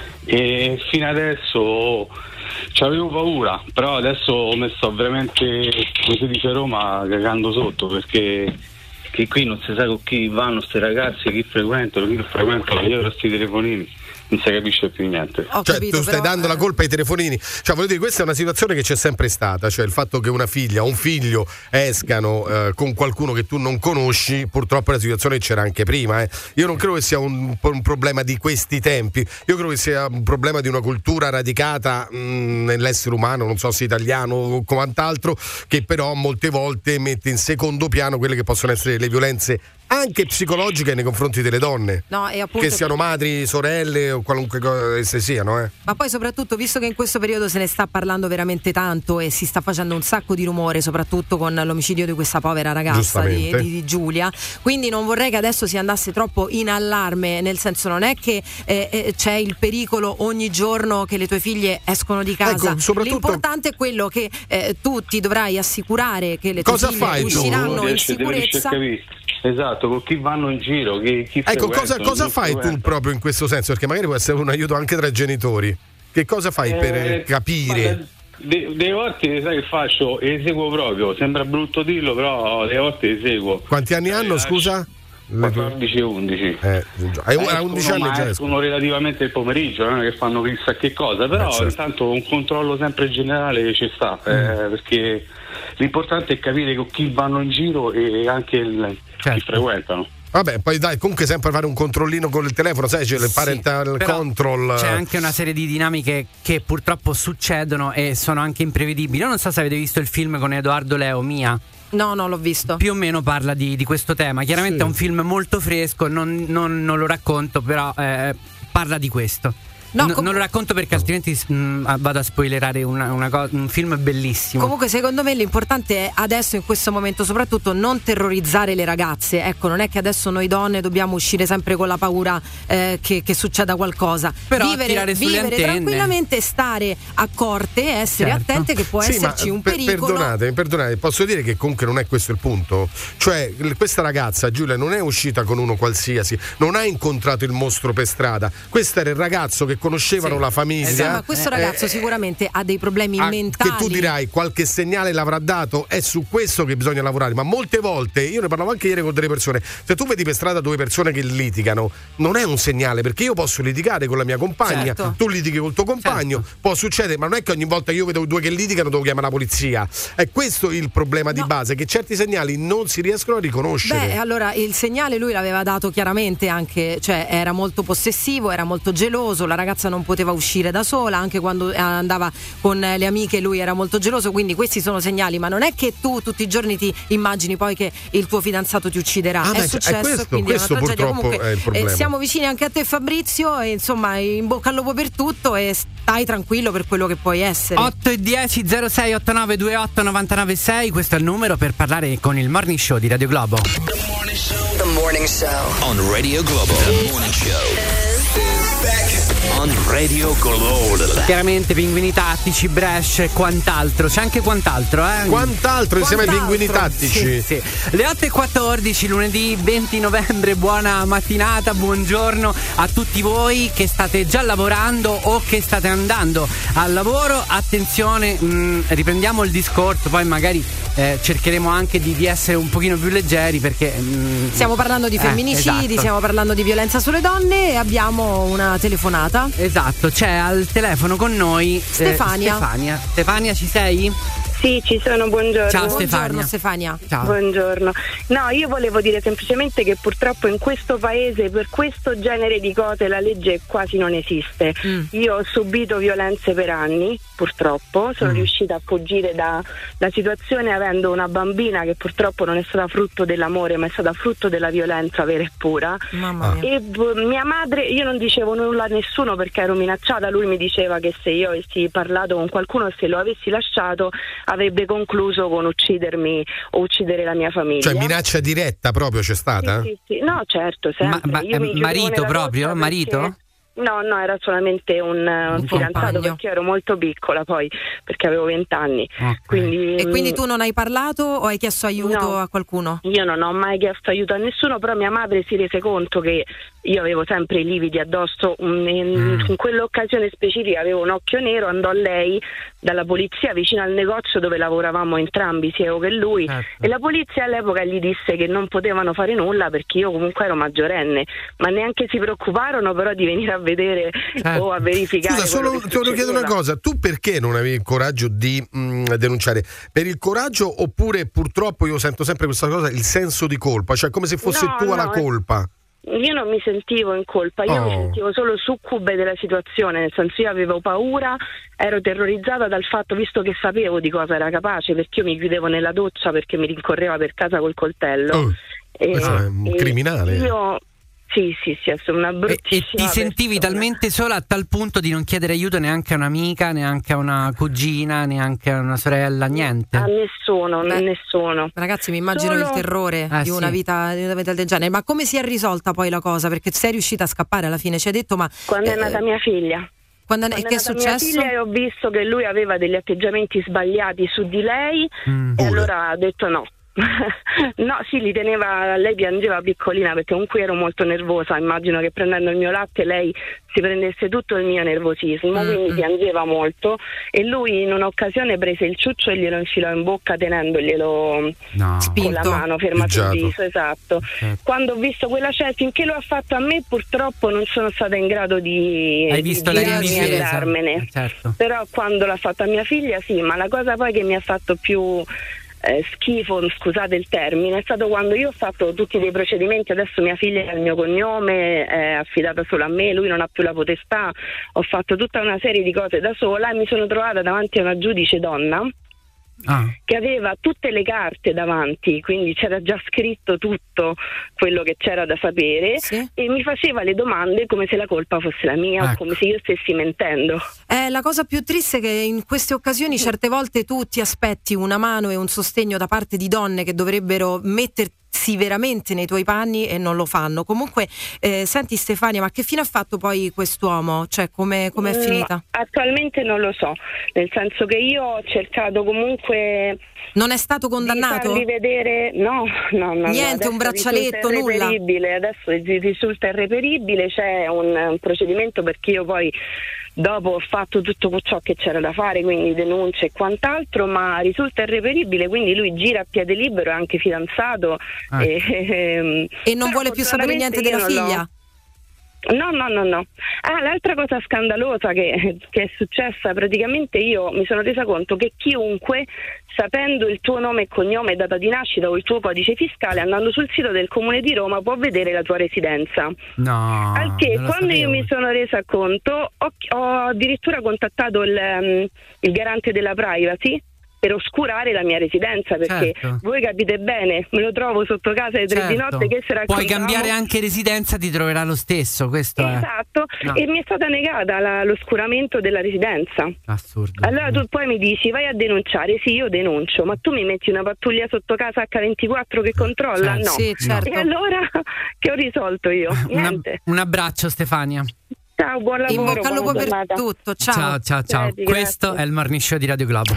e fino adesso c'avevo paura, però adesso mi sto veramente, come si dice a Roma, cagando sotto, perché che qui non si sa con chi vanno questi ragazzi, chi frequentano, chi non frequentano, io questi telefonini. Non si capisce più niente. Ho cioè capito, tu stai però, dando eh. la colpa ai telefonini. Cioè voglio dire, questa è una situazione che c'è sempre stata. Cioè il fatto che una figlia o un figlio escano eh, con qualcuno che tu non conosci, purtroppo è una situazione che c'era anche prima. eh. Io non credo che sia un, un problema di questi tempi. Io credo che sia un problema di una cultura radicata mh, nell'essere umano, non so se italiano o quant'altro, che però molte volte mette in secondo piano quelle che possono essere le violenze anche psicologiche nei confronti delle donne, no, e appunto che siano madri, sorelle o qualunque cosa esse siano. Eh. Ma poi soprattutto, visto che in questo periodo se ne sta parlando veramente tanto e si sta facendo un sacco di rumore, soprattutto con l'omicidio di questa povera ragazza di, di, di Giulia, quindi non vorrei che adesso si andasse troppo in allarme, nel senso non è che eh, eh, c'è il pericolo ogni giorno che le tue figlie escono di casa, ecco, soprattutto... l'importante è quello che eh, tu ti dovrai assicurare che le tue cosa figlie fai usciranno tu? in sicurezza. Esatto, con chi vanno in giro, chi, chi ecco, cosa, cosa fai tu proprio in questo senso? Perché magari può essere un aiuto anche tra genitori. Che cosa fai eh, per capire? Delle de volte sai che faccio? Eseguo proprio, sembra brutto dirlo, però delle volte eseguo. Quanti anni hanno, scusa? quattordici e undici. Eh, a undici anni già escono relativamente il pomeriggio, non è che fanno chissà che cosa, però eh, certo. Intanto un controllo sempre generale ci sta, mm. eh, perché l'importante è capire con chi vanno in giro e anche il, certo. chi frequentano. Vabbè, poi dai, comunque sempre fare un controllino con il telefono, sai, c'è il sì, parental control. C'è anche una serie di dinamiche che purtroppo succedono e sono anche imprevedibili. Io non so se avete visto il film con Edoardo Leo, Mia. No, non l'ho visto. Più o meno parla di, di questo tema. Chiaramente sì. È un film molto fresco, non, non, non lo racconto, però eh, parla di questo. No, com- non lo racconto perché altrimenti mh, vado a spoilerare una, una co- un film bellissimo. Comunque secondo me l'importante è adesso, in questo momento soprattutto, non terrorizzare le ragazze. Ecco, non è che adesso noi donne dobbiamo uscire sempre con la paura eh, che, che succeda qualcosa. Però vivere, vivere tranquillamente, stare accorte, essere certo. attente che può sì, esserci un per, pericolo. Perdonate, perdonate, posso dire che comunque non è questo il punto. Cioè questa ragazza, Giulia, non è uscita con uno qualsiasi, non ha incontrato il mostro per strada. Questo era il ragazzo che conoscevano sì. la famiglia. Esatto, ma questo ragazzo eh, sicuramente ha dei problemi ha, mentali. Che tu dirai qualche segnale l'avrà dato, è su questo che bisogna lavorare. Ma molte volte, io ne parlavo anche ieri con delle persone, se tu vedi per strada due persone che litigano, non è un segnale, perché io posso litigare con la mia compagna, certo. tu litighi col tuo compagno, certo. può succedere, ma non è che ogni volta che io vedo due che litigano devo chiamare la polizia. È questo il problema no. di base, che certi segnali non si riescono a riconoscere. Beh, allora il segnale lui l'aveva dato chiaramente, anche, cioè era molto possessivo, era molto geloso, la ragazza non poteva uscire da sola, anche quando andava con le amiche lui era molto geloso, quindi questi sono segnali, ma non è che tu tutti i giorni ti immagini poi che il tuo fidanzato ti ucciderà. Ah, è beh, successo, è questo, quindi questo è una tragedia. Purtroppo comunque è il problema. eh, siamo vicini anche a te Fabrizio e insomma in bocca al lupo per tutto e stai tranquillo per quello che puoi essere. otto e dieci zero sei otto nove due otto nove nove sei, questo è il numero per parlare con il Morning Show di Radio Globo. The Morning Show on Radio Globo. The Morning Show is back on Radio Globo. Chiaramente pinguini tattici, Brescia e quant'altro. C'è anche quant'altro, eh? Quant'altro insieme ai pinguini tattici. Sì, sì. Le otto e quattordici, lunedì venti novembre, buona mattinata, buongiorno a tutti voi che state già lavorando o che state andando al lavoro. Attenzione, mh, riprendiamo il discorso, poi magari eh, cercheremo anche di, di essere un pochino più leggeri perché mh, stiamo parlando di femminicidi, eh, esatto. stiamo parlando di violenza sulle donne e abbiamo una telefonata. Esatto, c'è al telefono con noi Stefania. eh, Stefania. Stefania, ci sei? Sì, ci sono, buongiorno. Ciao Buongiorno Stefania. Stefania. Ciao. Buongiorno. No, io volevo dire semplicemente che purtroppo in questo paese per questo genere di cose la legge quasi non esiste. Mm. Io ho subito violenze per anni, purtroppo, sono mm. riuscita a fuggire dalla situazione avendo una bambina che purtroppo non è stata frutto dell'amore, ma è stata frutto della violenza vera e pura. Mamma mia. E b- mia madre, io non dicevo nulla a nessuno perché ero minacciata, lui mi diceva che se io avessi parlato con qualcuno e se lo avessi lasciato avrebbe concluso con uccidermi o uccidere la mia famiglia. Cioè minaccia diretta proprio c'è stata? Sì, sì, sì. No, certo, sempre. Ma, ma, Io mi marito proprio? perché... Marito? No, no, era solamente un, un, un fidanzato compagno. Perché ero molto piccola poi, perché avevo vent'anni. Okay. Quindi, e quindi tu non hai parlato o hai chiesto aiuto no, a qualcuno? Io non ho mai chiesto aiuto a nessuno, però mia madre si rese conto che io avevo sempre i lividi addosso, in, mm. in quell'occasione specifica avevo un occhio nero, andò lei dalla polizia vicino al negozio dove lavoravamo entrambi, sia io che lui, certo. E la polizia all'epoca gli disse che non potevano fare nulla perché io comunque ero maggiorenne, ma neanche si preoccuparono però di venire a vedere certo. o a verificare. Scusa, solo ti voglio chiedere una cosa, tu perché non avevi il coraggio di mh, denunciare? Per il coraggio oppure purtroppo io sento sempre questa cosa, il senso di colpa, cioè come se fosse no, tua no, la colpa? Io non mi sentivo in colpa, io oh. mi sentivo solo succube della situazione, nel senso io avevo paura, ero terrorizzata dal fatto, visto che sapevo di cosa era capace, perché io mi chiudevo nella doccia perché mi rincorreva per casa col coltello. Oh. E, Questo è un criminale. Io Sì, sì, sì, è una bruttissima. E, e ti sentivi persona. talmente sola a tal punto di non chiedere aiuto neanche a un'amica, neanche a una cugina, neanche a una sorella, niente? A nessuno, Beh, nessuno. Ragazzi, mi immagino Solo... il terrore eh, di una, sì. vita, di una vita del genere. Ma come si è risolta poi la cosa? Perché sei riuscita a scappare alla fine, ci hai detto, ma... Quando eh, è nata mia figlia. Quando, Quando e che è successo? Mia figlia e ho visto che lui aveva degli atteggiamenti sbagliati su di lei mm, e allora ha detto no. No, sì, li teneva, lei piangeva piccolina perché comunque ero molto nervosa, immagino che prendendo il mio latte lei si prendesse tutto il mio nervosismo, mm-hmm. quindi piangeva molto e lui in un'occasione prese il ciuccio e glielo infilò in bocca tenendoglielo no. con la mano ferma sul viso, esatto. Okay. Quando ho visto quella scena, finché lo ha fatto a me purtroppo non sono stata in grado di, Hai visto di la girarmi e andarmene, certo. Però quando l'ha fatto a mia figlia sì, ma la cosa poi che mi ha fatto più Eh, schifo, scusate il termine, è stato quando io ho fatto tutti dei procedimenti, adesso mia figlia ha il mio cognome, è affidata solo a me, lui non ha più la potestà, ho fatto tutta una serie di cose da sola e mi sono trovata davanti a una giudice donna ah. che aveva tutte le carte davanti, quindi c'era già scritto tutto quello che c'era da sapere, sì. e mi faceva le domande come se la colpa fosse la mia, ecco. o come se io stessi mentendo. Eh, la cosa più triste è che in queste occasioni certe volte tu ti aspetti una mano e un sostegno da parte di donne che dovrebbero mettersi veramente nei tuoi panni e non lo fanno. Comunque, eh, senti Stefania, ma che fine ha fatto poi quest'uomo? Cioè, come è finita? Mm, attualmente non lo so, nel senso che io ho cercato comunque... Non è stato condannato? Di farvi vedere, no, no, no. Niente, no, un braccialetto, nulla? Adesso risulta irreperibile, c'è un, un procedimento perché io poi dopo ho fatto tutto ciò che c'era da fare, quindi denunce e quant'altro, ma risulta irreperibile, quindi lui gira a piede libero, è anche fidanzato. Ah. E, e, e non vuole più sapere niente della figlia? No, no, no, no. Ah, l'altra cosa scandalosa che, che è successa, praticamente io mi sono resa conto che chiunque, sapendo il tuo nome e cognome e data di nascita o il tuo codice fiscale, andando sul sito del Comune di Roma può vedere la tua residenza. No. Al che non lo quando sapevo. io mi sono resa conto ho, ho addirittura contattato il, um, il garante della privacy per oscurare la mia residenza, perché certo. voi capite bene, me lo trovo sotto casa alle tre certo. di notte che se puoi cambiare anche residenza, ti troverà lo stesso, questo esatto. è no. E mi è stata negata la, l'oscuramento della residenza. Assurdo. Allora tu poi mi dici vai a denunciare, sì io denuncio, ma tu mi metti una pattuglia sotto casa acca ventiquattro che controlla? Certo. No. Sì, certo. E allora che ho risolto io? Niente. Una, un abbraccio Stefania. Ciao, buon lavoro. In bocca al lupo per giornata. tutto, ciao. Ciao ciao ciao. Grazie, Questo grazie. è il Morning Show di Radio Globo.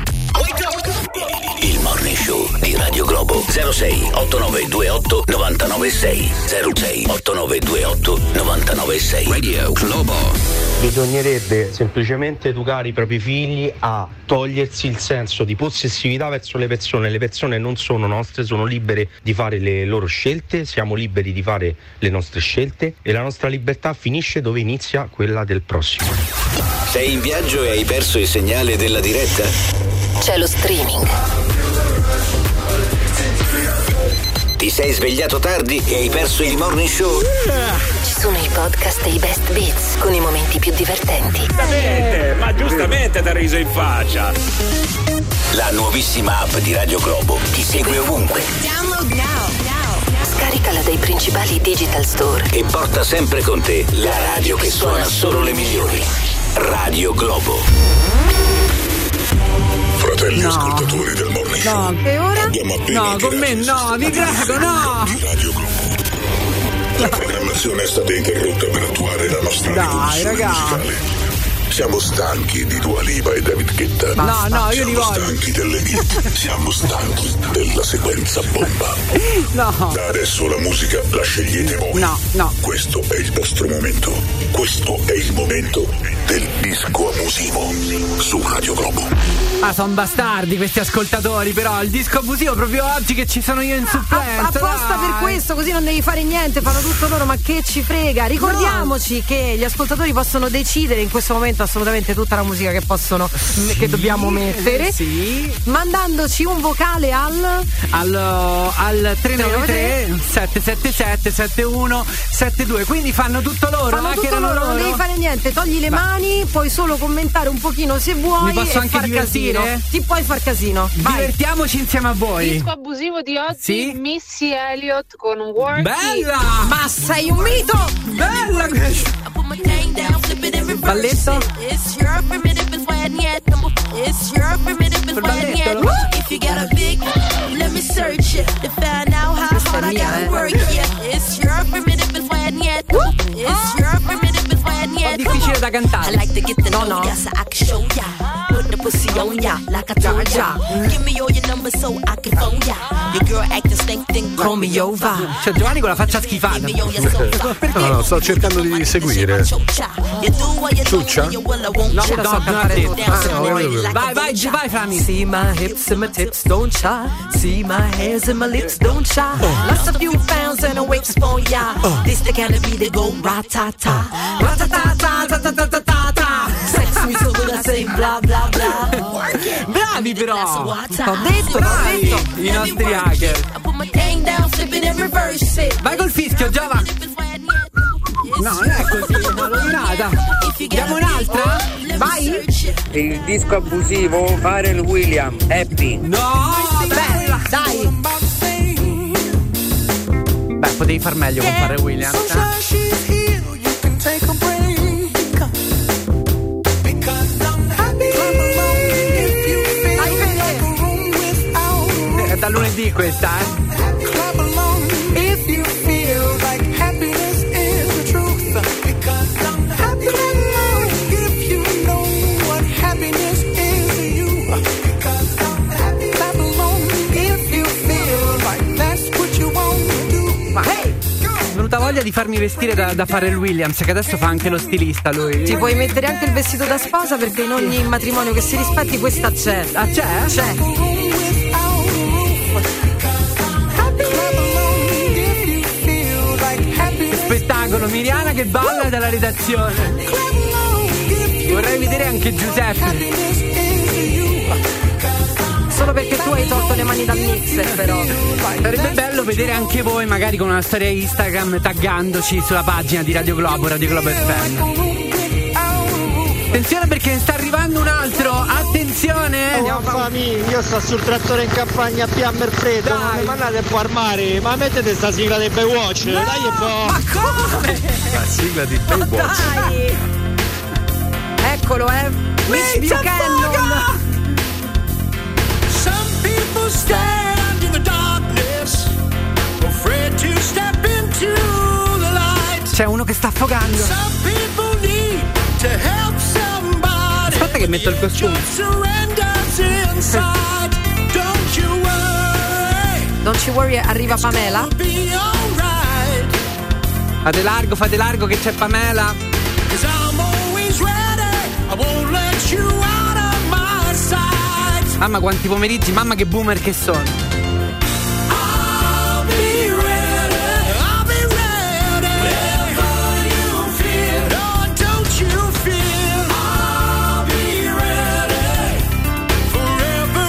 Il Morning Show di Radio Globo. Zero sei otto nove due otto nove nove sei zero sei otto nove due otto nove nove sei. Radio Globo. Bisognerebbe semplicemente educare i propri figli a togliersi il senso di possessività verso le persone. Le persone non sono nostre, sono libere di fare le loro scelte, siamo liberi di fare le nostre scelte e la nostra libertà finisce dove inizia quella del prossimo. Sei in viaggio e hai perso il segnale della diretta? c'è lo streaming. Ti sei svegliato tardi e hai perso il morning show? Ci sono i podcast e i best beats con i momenti più divertenti. Giustamente, ma giustamente ti ha riso in faccia. La nuovissima app di Radio Globo ti segue ovunque. Download now, now. Scaricala dai principali digital store E porta sempre con te la radio che suona solo le migliori. Radio Globo. Fratelli No. ascoltatori del Morning Show. No, e ora? Abbiamo appena No, con me no, vi prego, no! di Radio Globo. La programmazione è stata interrotta per attuare la nostra Dai, rivoluzione raga. musicale. Siamo stanchi di Dua Lipa e David Guetta. No, no, io li Siamo voglio. stanchi delle hit. Siamo stanchi della sequenza bomba. No. Da adesso la musica la scegliete voi. No, no. Questo è il vostro momento. Questo è il momento del disco abusivo su Radio Globo. Ah, sono bastardi questi ascoltatori, però il disco abusivo proprio oggi che ci sono io in supplenza. Apposta dai. per questo, così non devi fare niente, fanno tutto loro, ma che ci frega. Ricordiamoci che gli ascoltatori possono decidere in questo momento assolutamente tutta la musica che possono che dobbiamo mettere. Sì. Mandandoci un vocale al Al, al tre nove tre sette sette sette sette uno sette due, quindi fanno tutto loro. Fanno eh, che tutto erano loro, non devi fare niente, togli le Va. mani, puoi solo commentare un pochino se vuoi. Mi posso e anche far divertire? casino. Ti puoi far casino. Vai. Divertiamoci insieme a voi. Disco abusivo di oggi, Sì? Missy Elliott con Worky. Bella! Ma sei un mito! Bella questa! Balletto? Questa è mia, eh. È difficile da cantare. No, no. Come over. Cioè Giovanni con la faccia schifata. No, no, sto cercando di seguire. Ciuccia? No, Ce la so cantare tutta. Ah, no, capito quello. Vai, vai, Gi- vai Frami. See my hips and my tips don't shy. See my hairs and my lips don't shy. Lost a few pounds and a wicks for ya. This the kind of beat that go ra-ta-ta. Ra-ta-ta-ta-ta-ta-ta-ta-ta. Sex me so good I say blah blah blah. Bravi però. Ho detto, ho detto. I nostri hacker. Vai col fischio, Giova. No, non è così, l'ho rovinata. Diamo un'altra? Vai. Il disco abusivo, Pharrell Williams, Happy. No, bella, dai. Beh, potevi far meglio con Pharrell Williams. È da lunedì questa, eh. Venuta voglia di farmi vestire da, da Pharrell Williams, che adesso fa anche lo stilista lui. Ti puoi mettere anche il vestito da sposa perché in ogni matrimonio che si rispetti questa c'è. Ah, c'è? C'è. Che spettacolo, Miriana che balla dalla redazione. Vorrei vedere anche Giuseppe. Solo perché tu hai tolto le mani dal mixer, però. Sarebbe bello vedere anche voi, magari con una storia Instagram, taggandoci sulla pagina di Radio Globo, Radio Globo F M. Attenzione perché sta arrivando un altro. Attenzione. Oh, famiglia, io sto sul trattore in campagna a Piammer freddo. Non mi mandate un po' al mare, ma mettete sta sigla dei Baywatch. No, dai un po'. Ma come? La sigla di Baywatch. Dai. Eccolo, eh. Mitch Buchanan. Some people stand in the darkness, afraid to step into the light. C'è uno che sta affogando. Some people need to help somebody. Aspetta che metto il costume. Surrenders inside. Don't you worry. Don't you worry, arriva Pamela. Be alright. Fate largo, fate largo che c'è Pamela. 'Cause I'm always ready. I won't let you out of my sight. Mamma quanti pomeriggi, mamma che boomer che sono. I'll be ready. I'll be ready. Whenever you feel. Oh, don't you feel? I'll be ready. Forever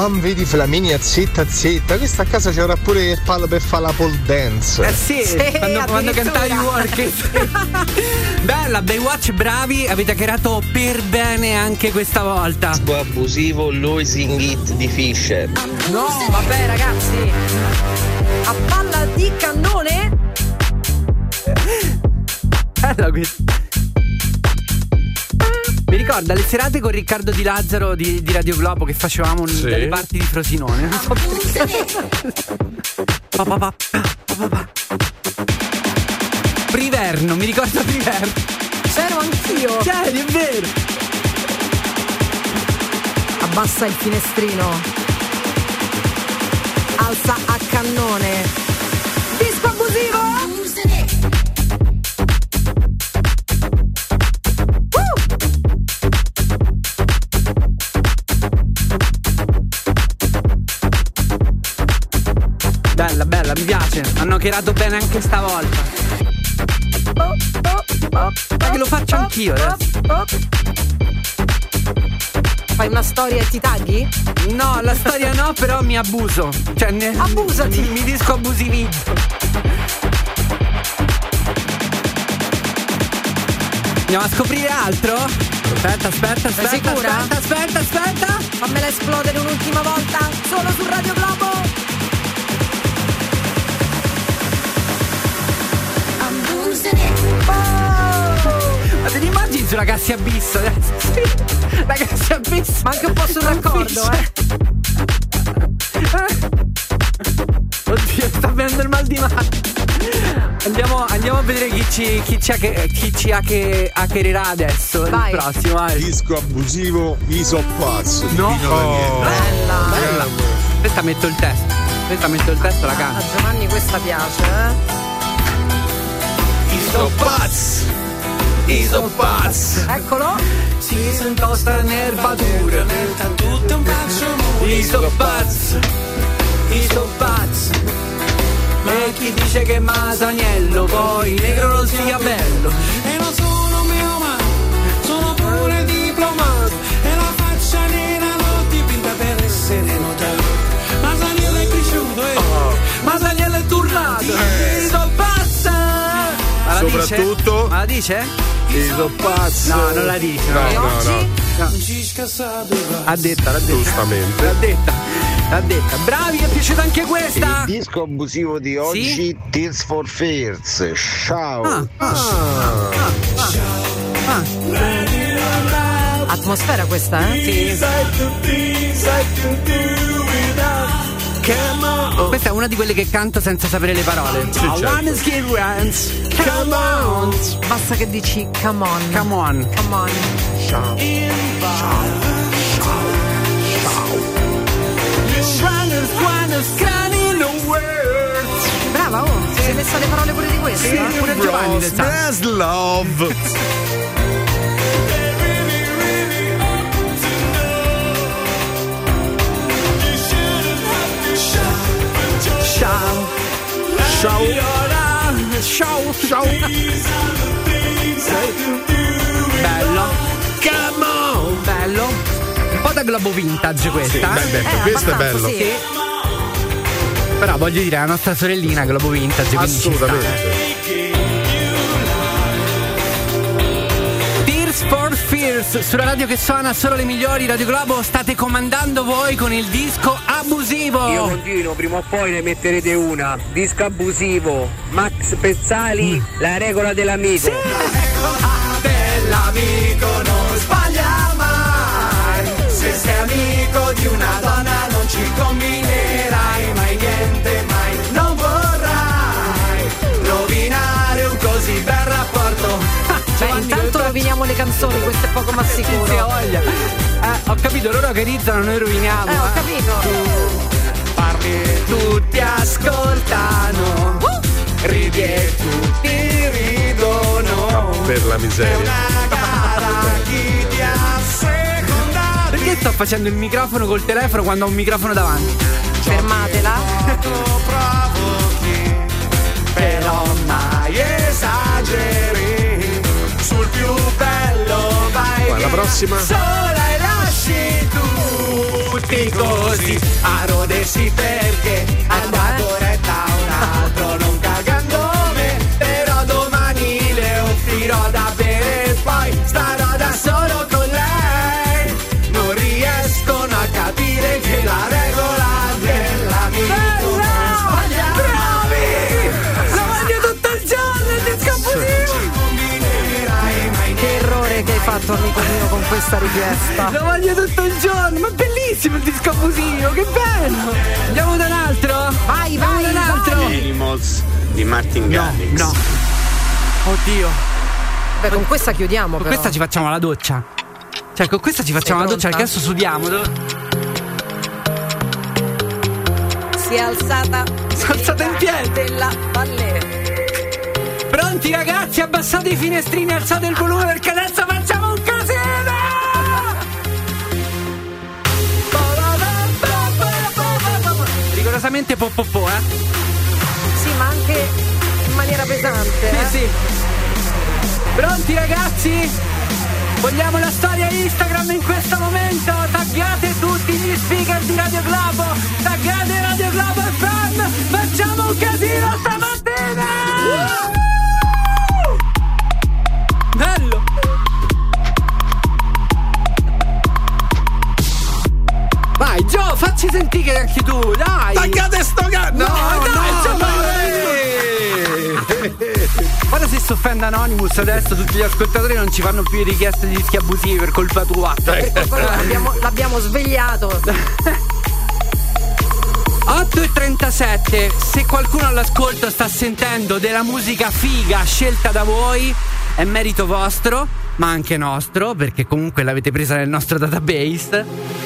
Ah, vedi Flaminia, zitta zitta, questa a casa c'era pure il palo per fare la pole dance. Eh sì, Sì, quando, quando addirittura. cantavi Work. Bella, Baywatch, bravi, avete creato per bene anche questa volta. Abusivo Losing It di Fisher. No, vabbè ragazzi. A palla di cannone? Bella questa. Mi ricorda le serate con Riccardo Di Lazzaro di, di Radio Globo che facevamo Sì. dalle parti di Frosinone. Non so perché. Pa, pa, pa, pa, pa, pa. Priverno, mi ricordo Priverno. C'ero anch'io. C'eri, è vero. Abbassa il finestrino. Alza a cannone. Disco abusivo. Bella, bella, mi piace. Hanno creato bene anche stavolta. Ma che lo faccio anch'io adesso. Fai una storia e ti tagli? No, la storia no, però mi abuso. Cioè, ne, Abusati. Mi, mi disco abusivizzo. Andiamo a scoprire altro? Aspetta, aspetta, aspetta. Sei sicura? Aspetta, aspetta, aspetta. Fammela esplodere un'ultima volta. Solo su Radio Globo. Ma te li immagini sulla Cassia Bis adesso? Sì. La Cassia Bis. Ma anche un po' sul raccordo, eh. Oddio, sta venendo il mal di mano. Andiamo, andiamo a vedere chi ci, chi ci, hack- chi ci hack- hackererà adesso. Vai. Il prossimo, vai. Disco abusivo Isopaz di No. Pino Daniele. Bella. Bella. Aspetta, metto il testo. Aspetta, metto il testo, la A canto. Giovanni questa piace, eh. Isopaz, Isopaz. Eccolo. Si sento sta nervatura. Tutto un braccio. Isopaz, Isopaz. E chi dice che Masaniello poi negro non sia bello. E non sono mio ma sono pure diplomato. E la faccia nera l'ho dipinta per essere notato. Masaniello è cresciuto e Masaniello è turnato. Isopaz. Ma la dice? Soprattutto Ma la dice? Isopaz. No, non la dice. No, E no, oggi? no. Ha detta, l'ha detta. Giustamente. L'ha detta. L'ha detta. Bravi, mi è piaciuta anche questa. Il disco abusivo di oggi, Sì? Tears for Fears. Ciao. Ah, ah, ah. Atmosfera questa, eh? Questa è una di quelle che canto senza sapere le parole. Sì, certo. I wanna skid runs. Come on. Basta che dici come on. Come on. Come on. Runners, runners, running away. Brava, oh, si è messa le parole pure di questa. Sì, pure Giovanni le sa. Best love. Ciao. Ciao. Ciao. Ciao. Bello. Come on. Bello. Un po' da Globo Vintage questa. Beh, beh, Eh, questo è abbastanza, bello. sì. Però voglio dire, è la nostra sorellina Globo Vintage. quindi ci sta. Assolutamente. Tears for Fears sulla radio che suona solo le migliori. Radio Globo, state comandando voi con il disco abusivo. Io continuo, prima o poi ne metterete una. Disco abusivo, Max Pezzali, la regola dell'amico. Dell'amico non sbaglia mai. Se sei amico di una donna non ci combinerai mai niente, mai non vorrai rovinare un così bel rapporto. Beh, intanto roviniamo le canzoni, questo è poco ma Sì, sicuro. ho voglia. Eh, ho capito, loro organizzano, noi roviniamo. Eh, ho capito. Parli, tutti ascoltano, ridi e tutti ridono. Per la miseria. Una gara, chi ti asseconda. Perché sto facendo il microfono col telefono quando ho un microfono davanti? Fermatela. Provochi, però mai esageri. Sul più bello vai. Guarda, la prossima. Sola e lasci tu. tutti così a rodersi perché ha dato retta a un altro non cagando me, però domani le offrirò da bere e poi starò da solo con lei. Non riescono a capire che la regola dell'amico non sbaglia. Bravi! Lo voglio tutto il giorno il disco abusivo. Che errore che hai fatto, amico mio, con questa richiesta. Lo voglio tutto il giorno, ma bellissimo il disco abusivo, che bello! Andiamo da un altro? Vai, Andiamo vai, da un altro? Animals di Martin Garrix. No, oddio. Beh, con questa chiudiamo, Con però. questa ci facciamo la doccia. Cioè, con questa ci facciamo la doccia, perché adesso sudiamo. Si è alzata. Si è alzata in piedi. Della Valle. Pronti ragazzi, abbassate i finestrini, alzate il volume perché adesso facciamo un casino! Rigorosamente po po po, eh? Sì, ma anche in maniera pesante. Sì, eh? sì. Pronti ragazzi? Vogliamo la storia Instagram in questo momento? Taggate tutti gli speaker di Radio Globo, taggate Radio Globo F M, facciamo un casino stamattina! Bello! Vai Gio, facci sentire anche tu, dai! Tagliate sto cazzo! No, no, dai, no, guarda se si offende Anonymous adesso, tutti gli ascoltatori non ci fanno più richieste di dischi abusivi per colpa tua. l'abbiamo, l'abbiamo svegliato. otto e trentasette, se qualcuno all'ascolto sta sentendo della musica figa scelta da voi, è merito vostro, ma anche nostro, perché comunque l'avete presa nel nostro database.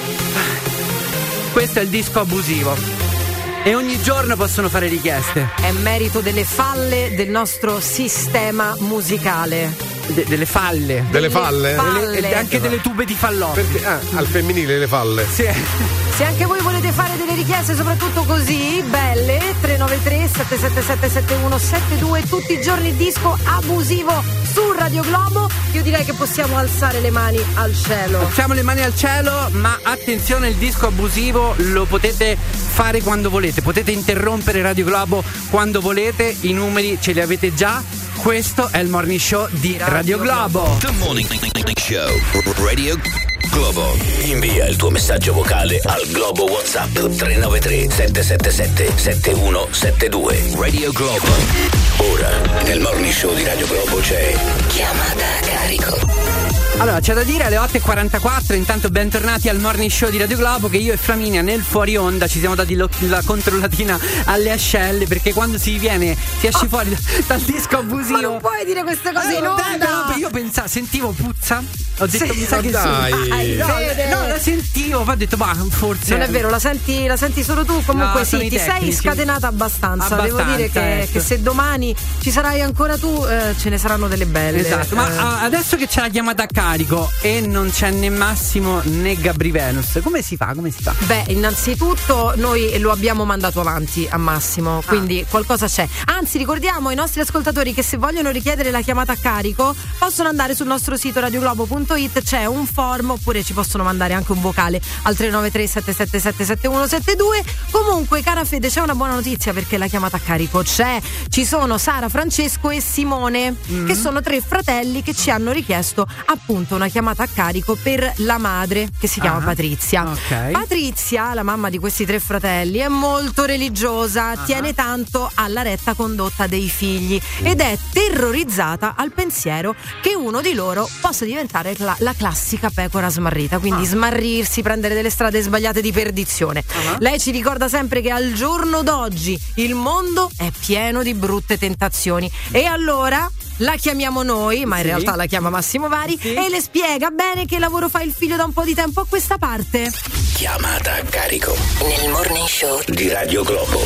Questo è il disco abusivo e ogni giorno possono fare richieste. È merito delle falle del nostro sistema musicale. De- delle falle. Delle falle? falle. E anche delle tube di fallotti. Perché, ah, al femminile le falle. Sì. Se anche voi volete fare delle richieste, soprattutto così belle, tre nove tre sette sette sette sette uno sette due, tutti i giorni disco abusivo su Radio Globo, io direi che possiamo alzare le mani al cielo. Alziamo le mani al cielo, ma attenzione, il disco abusivo lo potete fare quando volete, potete interrompere Radio Globo quando volete, i numeri ce li avete già. Questo è il Morning Show di Radio Globo. The Morning Show Radio Globo. Invia il tuo messaggio vocale al Globo WhatsApp tre nove tre sette sette sette sette uno sette due. Radio Globo. Ora nel Morning Show di Radio Globo c'è chiamata a carico. Allora, c'è da dire alle otto e quarantaquattro, intanto bentornati al Morning Show di Radio Globo, che io e Flaminia nel fuori onda ci siamo dati lo, la controllatina alle ascelle, perché quando si viene, si esce oh. fuori da, dal disco abusivo. Ma non puoi dire queste cose in allora, onda! No, io pensavo, sentivo puzza, ho detto sì, mi sa che dai. Sì. No, no, la sentivo, poi ho detto ma forse non è vero, la senti, la senti solo tu. Comunque no, sì, ti tecnici. sei scatenata abbastanza. abbastanza Devo dire che, ecco. che se domani ci sarai ancora tu, eh, ce ne saranno delle belle. Esatto, eh. ma adesso che c'è la chiamata a carico e non c'è né Massimo né Gabri Venus, come si fa? Come si fa? Beh, innanzitutto noi lo abbiamo mandato avanti a Massimo, quindi ah. qualcosa c'è. Anzi, ricordiamo ai nostri ascoltatori che se vogliono richiedere la chiamata a carico possono andare sul nostro sito radioglobo punto it, c'è un form, oppure ci possono mandare anche un vocale al tre nove tre sette sette sette sette uno sette due. Comunque, cara Fede, c'è una buona notizia, perché la chiamata a carico c'è. Ci sono Sara, Francesco e Simone, mm. che sono tre fratelli che ci hanno richiesto appunto una chiamata a carico per la madre, che si chiama ah. Patrizia. Okay. Patrizia, la mamma di questi tre fratelli, è molto religiosa, ah. tiene tanto alla retta condotta dei figli ed è terrorizzata al pensiero che uno di loro possa diventare la, la classica pecora smarrita, quindi ah. smarrirsi, prendere delle strade sbagliate di perdizione. Uh-huh. Lei ci ricorda sempre che al giorno d'oggi il mondo è pieno di brutte tentazioni e allora la chiamiamo noi, ma in sì. realtà la chiama Massimo Vari, sì. e le spiega bene che lavoro fa il figlio da un po' di tempo a questa parte. Chiamata a carico nel Morning Show di Radio Globo.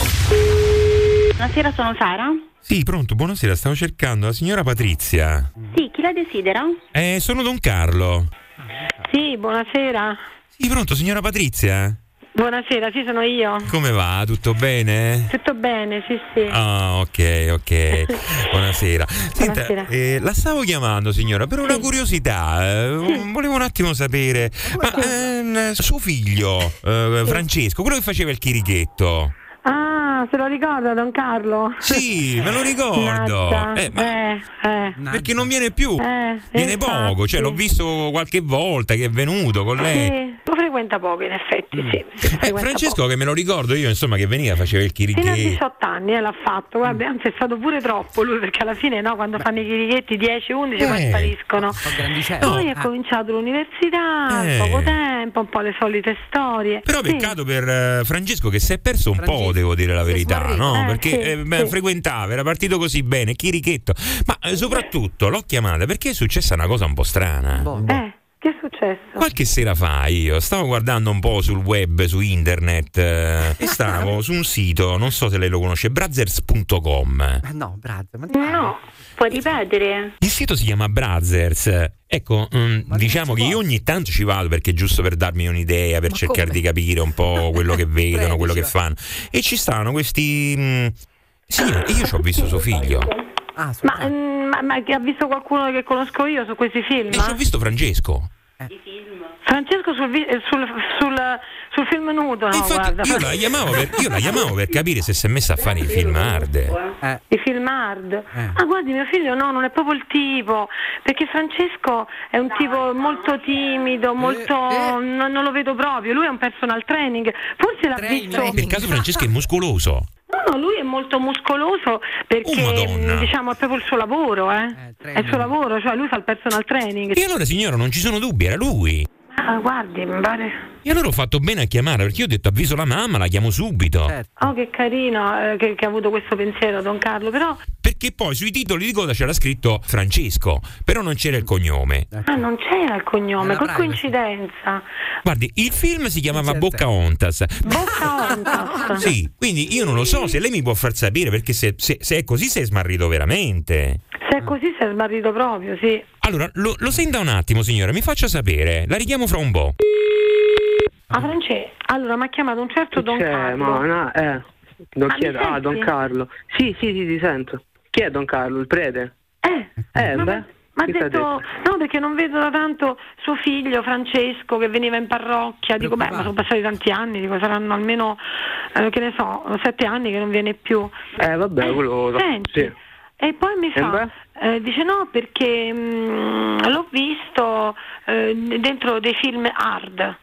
Buonasera, sono Sara. Sì, pronto, buonasera, stavo cercando la signora Patrizia. Sì, chi la desidera? Eh, sono Don Carlo. Sì, buonasera. Sì, pronto, signora Patrizia? Buonasera, sì, sono io. Come va? Tutto bene? Tutto bene, sì, sì. Ah, ok, ok. Buonasera. Senta, Buonasera. eh, la stavo chiamando, signora, per una Sì. curiosità. Eh, volevo un attimo sapere, ma ehm, suo figlio, eh, Francesco, quello che faceva il chirichetto. Ah, se lo ricorda Don Carlo? Sì, me lo ricordo. Mannaggia. Eh, ma Eh, eh. perché non viene più? Eh, Viene infatti. poco, cioè l'ho visto qualche volta che è venuto con lei. Sì, lo frequenta poco in effetti, sì. sì, Eh, frequenta Francesco, poco. che me lo ricordo io, insomma, che veniva, faceva il Fino a chirichetto. diciotto anni eh, l'ha fatto, guarda, anzi è stato pure troppo lui, perché alla fine no, quando fanno i chirichetti dieci undici poi Eh. spariscono. grandicello. Poi No, ha ah. cominciato l'università, Eh. poco tempo, un po' le solite storie. Però Sì. peccato per eh, Francesco che si è perso un po', devo dire la verità, no? Eh, Perché sì, eh, beh, sì. frequentava, era partito così bene, chirichetto. Ma eh, soprattutto l'ho chiamata perché è successa una cosa un po' strana. Eh, che è successo? Qualche sera fa io stavo guardando un po' sul web, su internet, eh, e stavo su un sito, non so se lei lo conosce, brazzers punto com. Ma no, Brazzer, ma No, puoi ripetere? Il sito si chiama Brazzers. Ecco, mm, diciamo che io ogni tanto ci vado perché giusto per darmi un'idea, per Ma cercare come? di capire un po' quello che vedono, Prego, quello ci che va. fanno. E ci stanno questi. mm, sì, io ci ho visto suo figlio. Ah, su- Ma, mm, ma, ma che ha visto qualcuno che conosco io su questi film? E ci ho visto Francesco. Francesco sul, vi- eh, sul, sul, sul film nudo, no, E infatti guarda. io la chiamavo per, io la chiamavo per capire se si è messa a fare i film hard. eh. I film hard. Ah, guardi, mio figlio no, non è proprio il tipo, perché Francesco è un tipo molto timido, molto non, non lo vedo proprio. Lui è un personal training. Forse l'ha visto. Per caso Francesco è muscoloso? No, no, lui è molto muscoloso perché Oh, Madonna. mh, diciamo è proprio il suo lavoro, eh. È il suo lavoro, cioè lui fa il personal training. E allora signora, non ci sono dubbi, era lui. Ah, guardi, mi pare. E allora ho fatto bene a chiamare, perché io ho detto avviso la mamma, la chiamo subito. Oh, che carino eh, che, che ha avuto questo pensiero, Don Carlo, però. Perché poi sui titoli di coda c'era scritto Francesco, però non c'era il cognome. Ah, non c'era il cognome, Era per privacy. coincidenza. Guardi, il film si chiamava Boccaontas. Boccaontas. Sì, quindi io non lo so se lei mi può far sapere, perché se, se- se è così sei smarrito veramente. Se è così si è smarrito proprio, sì. Allora, lo, lo senta un attimo signora, mi faccia sapere, la richiamo fra un po'. Ah, Francesco, allora mi ha chiamato un certo Don C'è, Carlo. ma no, eh. Don Ah, chi è? mi Ah, senti? Don Carlo. Sì, sì, sì, ti sento. Chi è Don Carlo? Il prete? Eh, Eh, ma beh. Ma ha chi t'ha detto, no, perché non vedo da tanto suo figlio Francesco che veniva in parrocchia. Dico, beh, ma sono passati tanti anni, dico, saranno almeno, eh, che ne so, sette anni che non viene più. Eh, vabbè, quello. Senti, Sì. e poi mi E fa, eh, dice no, perché mh, l'ho visto eh, dentro dei film hard.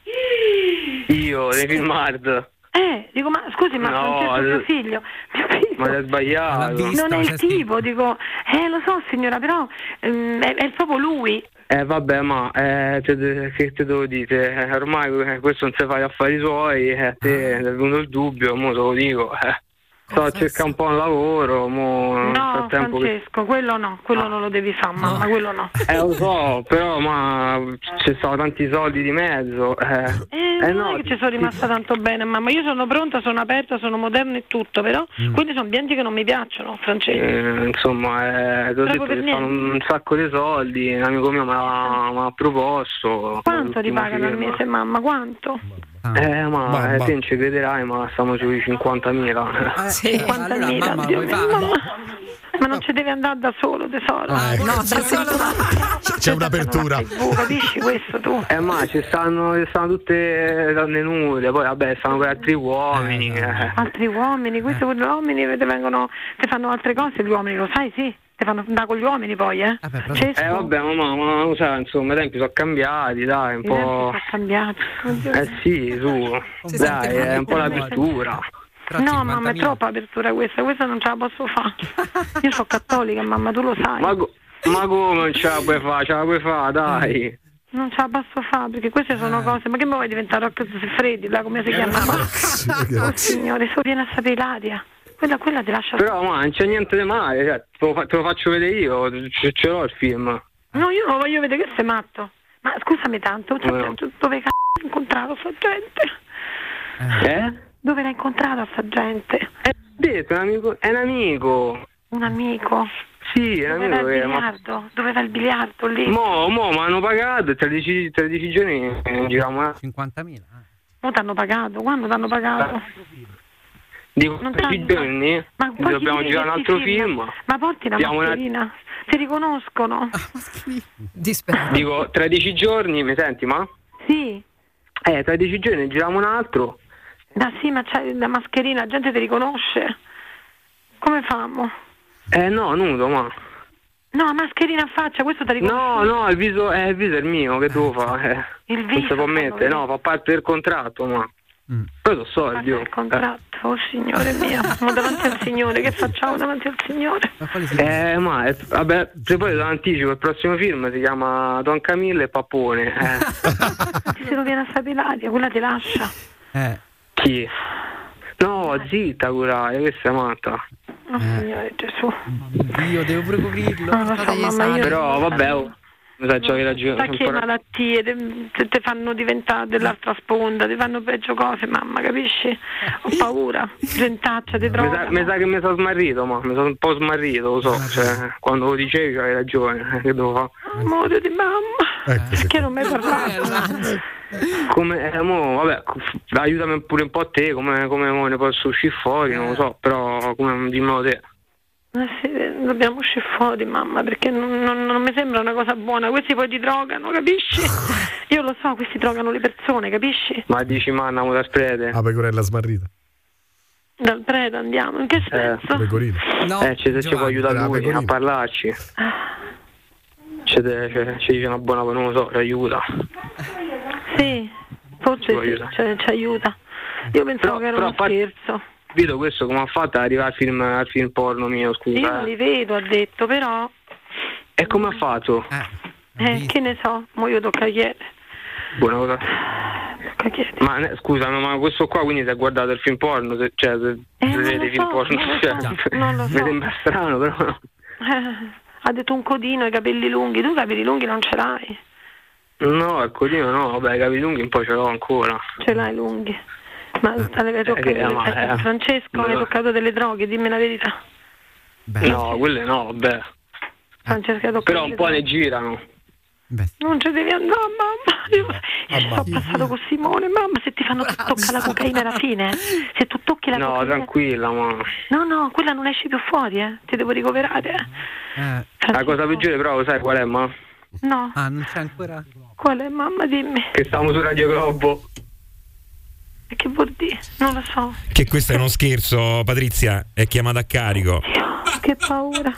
Io, dei film hard. Eh, dico, ma scusi, ma No, Francesco eh, mio figlio, mio figlio Ma l'hai sbagliato. non è il tipo, dico, eh lo so signora, però ehm, è, è proprio lui. Eh vabbè, ma eh, te- che te devo dire? Eh, ormai eh, questo non si fa gli affari suoi, eh, te è venuto il dubbio, mo te lo dico. Eh. Sto a cercare un po' un lavoro, mo nel No, frattempo che- Francesco, quello no, quello non lo devi fare, mamma, quello no. Eh lo so, però ma ci sono tanti soldi di mezzo. Eh, Eh, Eh, non no, è che ci sono rimasta tanto bene, mamma. Io sono pronta, sono aperta, sono moderna e tutto, però quelli sono ambienti che non mi piacciono, Francesco. eh, insomma, eh, ti ho Proprio detto per che fanno niente. un sacco di soldi, un amico mio me l'ha, me l'ha proposto. Quanto ti l'ultimo pagano al film. mese, mamma? Quanto? Eh, ma Bah, eh, bah. te non ci crederai, ma stiamo sui cinquantamila. cinquantamila, allora, mamma, Dio vuoi mio, farlo? mamma. Ma non ci devi andare da solo, tesoro. Ah, ecco. No, da solo. C'è un'apertura. Tu capisci questo tu? Eh, ma ci stanno, ci stanno tutte donne nude, poi vabbè, stanno con altri uomini. eh. Altri uomini, questi con gli uomini ti vengono, ti fanno altre cose gli uomini, lo sai, sì. Ti fanno andare con gli uomini poi, eh? Cesco, Eh vabbè, ma, ma lo sai, insomma, i tempi sono cambiati, dai, un i tempi po'. sono cambiati. Oddio. Eh sì, su, Si dai, sente è un po' male. l'apertura. No, mamma, è troppa apertura questa, questa non ce la posso fare. Io sono cattolica, mamma, tu lo sai. Ma, co- ma come non ce la puoi fare? Ce la puoi fare, dai. Non ce la posso fare perché queste sono cose. Ma che mi vuoi diventare Rocco Freddi, là come si chiama? Oh signore, solo viene a sapere l'aria. Quella, quella ti lascia. Però ma non c'è niente di male, cioè, te, lo fa- te lo faccio vedere io, ce, ce l'ho il film. No, io non lo voglio vedere, che sei matto. Ma scusami tanto, cioè, No. tu- dove c***o hai incontrato sta gente? Eh? Dove l'hai incontrata sta gente? È detto, è un amico. È un amico. Un amico? Sì, è un Dove va amico il che. Ma... biliardo? Dove va il biliardo lì? Mo, mo, mi hanno pagato tredici, tredici giorni eh, giriamo. Eh. cinquantamila. mo t'hanno pagato, quando t'hanno pagato? Dico, Non questi t'hanno- giorni Ma poi dobbiamo chi girare un vede altro questi film. Ma porti la Abbiamo una- mascherina, si riconoscono. Disperato. Dico, tra dieci giorni, mi senti, ma? Sì. Eh, tra dieci giorni giriamo un altro. Ma sì, ma c'hai la mascherina, la gente ti riconosce. Come famo? Eh no, nudo, ma. No, mascherina in faccia, questo ti riconosce. No, no, il viso, eh, il viso è il mio, che devo fare? Eh, Il non viso si può fanno mettere, no, fa parte del contratto, ma. Poi sono soldi, oh. Il contratto, oh signore mio, ma davanti al signore, che facciamo davanti al signore? Eh, ma eh, vabbè, se poi lo anticipo, il prossimo film si chiama Don Camillo e Pappone. Eh. Se lo viene a sapere l'aria, quella ti lascia. Eh. Chi? No, zitta, curare, questa è matta. Oh signore Gesù. Io devo pure coprirlo. Non lo so, mamma, io... Però vabbè, oh, mi sa già che ragione. Sai che malattie te, te fanno diventare dell'altra sponda, ti fanno peggio cose, mamma, capisci? Ho paura, gentaccia, ti Mi trovo. sa, mi sa che mi sono smarrito, ma mi sono un po' smarrito, lo so. Cioè, quando lo dicevi c'hai ragione, eh, che devo fare? Amore di mamma, perché non mi hai parlato? Come, eh, mo, vabbè, aiutami pure un po' a te, come, come mo ne posso uscire fuori, non lo so, però come dimmelo te. Ma sì, dobbiamo uscire fuori, mamma, perché non, non- non mi sembra una cosa buona. Questi poi ti drogano, capisci? Io lo so, questi drogano le persone, capisci? Ma dici, ma andiamo da sprete? La pecorella smarrita. Dal prete andiamo, in che senso? La pecorina. eh, ci, se ci può aiutare la lui pecorina. a parlarci. Ci, de- ci- ci dice una buona, non lo so, ci aiuta. Sì, forse Ci può sì, aiutare. cioè, ci aiuta. Io pensavo Però- che era però uno a parte- scherzo. Vito, questo come ha fatto ad arrivare al film, al film porno mio, scusa? Io non eh. li vedo, ha detto, però, E come ha fatto? eh, che ne so, mo io tocca chiedere. Buona cosa. Tocca chiedere. Ma ne- scusa, ma questo qua quindi si è guardato il film porno? Se, cioè, se Eh, se non vede lo i film so, porno? non lo Cioè, so, non lo mi so. sembra strano, però. Eh, ha detto un codino, i capelli lunghi, tu i capelli lunghi non ce l'hai, No, il codino no, vabbè, i capelli lunghi un po' ce l'ho ancora. ce l'hai lunghi. Ma hai toccato, eh, ma, eh, eh, Francesco, ma- hai toccato delle droghe, dimmi la verità. No, quelle no, vabbè. Francesco, hai toccato Però un delle po' droghe. ne girano. Non ci devi andare, mamma. Io, io ci sono passato con Simone, mamma, se ti fanno toccare la cocaina alla fine, eh. Se tu tocchi la No, cocaina. tranquilla, ma. No, no, quella non esci più fuori, eh. Ti devo ricoverare. eh. La cosa peggiore però lo sai qual è, ma? No. Ah, non c'è ancora. Qual è, mamma, dimmi. Che stiamo su Radio Globo. E che vuol dire? Non lo so. Che questo è uno scherzo, Patrizia, è chiamata a carico. Che paura.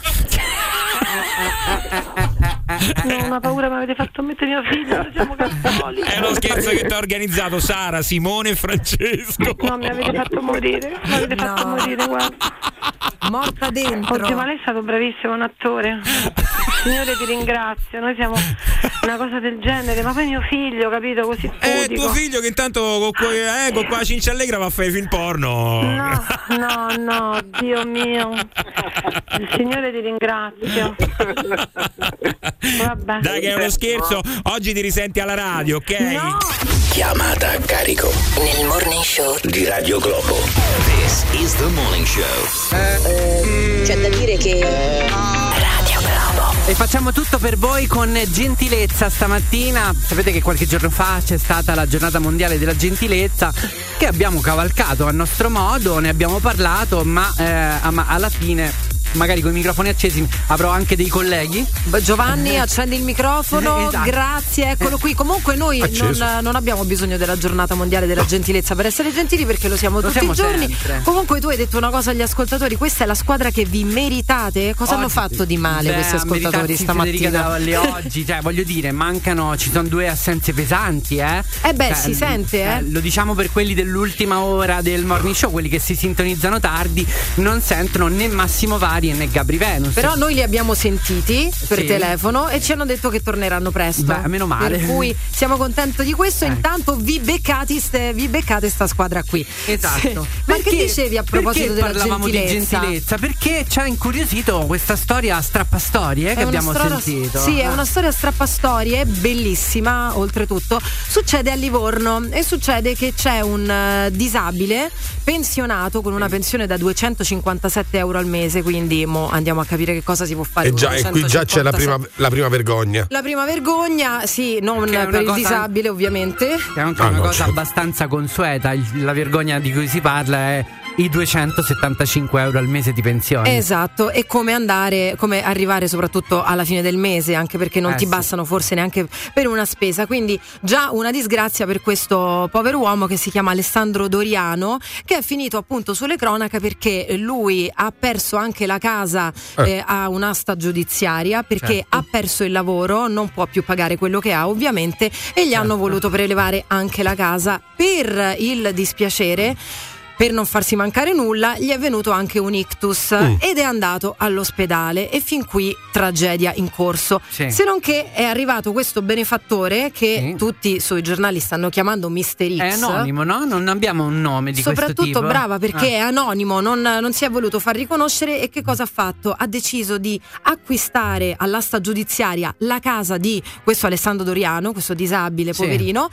No, una paura mi avete fatto mettere mio figlio, noi siamo cattolici. È uno scherzo che ti ha organizzato Sara, Simone e Francesco. No, mi avete fatto morire, mi avete fatto morire, guarda. Morta dentro. Oddio, ma lei è stato bravissimo, un attore. Signore, ti ringrazio. Noi siamo una cosa del genere, ma poi mio figlio, capito, così È pudico. tuo figlio che intanto con, que- eh, con qua Cincia Allegra va a fare i film porno. No, no, no, Dio mio. Il Signore ti ringrazio. Vabbè. Dai che è uno scherzo, oggi ti risenti alla radio, ok? No. Chiamata a carico Nel Morning Show di Radio Globo. This is the morning show. c'è da dire che Radio Globo. E facciamo tutto per voi con gentilezza stamattina. Sapete che qualche giorno fa c'è stata la giornata mondiale della gentilezza, che abbiamo cavalcato a nostro modo, ne abbiamo parlato, ma, eh, ma alla fine, magari con i microfoni accesi, avrò anche dei colleghi. Giovanni, accendi il microfono. Esatto. Grazie, eccolo qui. Comunque noi non, non abbiamo bisogno della giornata mondiale della gentilezza per essere gentili, perché lo siamo Lo tutti siamo i giorni. sempre. Comunque tu hai detto una cosa agli ascoltatori: questa è la squadra che vi meritate. Cosa hanno Oggi- fatto di male Beh, questi a ascoltatori meritarsi Federica stamattina? Davalli oggi, cioè voglio dire, mancano, ci sono due assenze pesanti, eh. Eh beh, Cioè, si sente, eh. Lo diciamo per quelli dell'ultima ora del morning show, quelli che si sintonizzano tardi, non sentono né Massimo Vari né Gabri Venus. Però noi li abbiamo sentiti per Sì. telefono e ci hanno detto che torneranno presto. Beh, meno male. Per cui siamo contenti di questo. Eh. Intanto vi beccate ste, vi beccate sta squadra qui. Esatto. Sì. Ma che dicevi a proposito perché della parlavamo gentilezza? di gentilezza? Perché ci ha incuriosito questa storia a strappastorie eh, che È una abbiamo storia- sentito. Sì, è Ah. una storia strappastorie, bellissima, oltretutto. Succede a Livorno e succede che c'è un eh, disabile pensionato con una pensione da duecentocinquantasette euro al mese, quindi quindi mo andiamo a capire che cosa si può fare. E, già, e qui già c'è la prima, la prima vergogna. La prima vergogna, sì, non per il cosa, disabile ovviamente. È anche ah, una no, cosa certo. abbastanza consueta. Il, la vergogna di cui si parla è i duecentosettantacinque euro al mese di pensione. Esatto, e come andare, come arrivare soprattutto alla fine del mese, anche perché non Eh, ti sì. bastano forse neanche per una spesa. Quindi già una disgrazia per questo povero uomo che si chiama Alessandro Doriano, che è finito appunto sulle cronache perché lui ha perso anche la casa Eh. eh, a un'asta giudiziaria, perché Certo. ha perso il lavoro, non può più pagare quello che ha ovviamente, e gli hanno voluto prelevare anche la casa. Per il dispiacere, per non farsi mancare nulla, gli è venuto anche un ictus Mm. ed è andato all'ospedale, e fin qui tragedia in corso. Sì. Se non che è arrivato questo benefattore che tutti sui giornali stanno chiamando mister X. È anonimo, no? Non abbiamo un nome di questo tipo. Soprattutto brava perché è Ah. anonimo, non, non si è voluto far riconoscere. E che cosa ha fatto? Ha deciso di acquistare all'asta giudiziaria la casa di questo Alessandro Doriano, questo disabile Sì. poverino,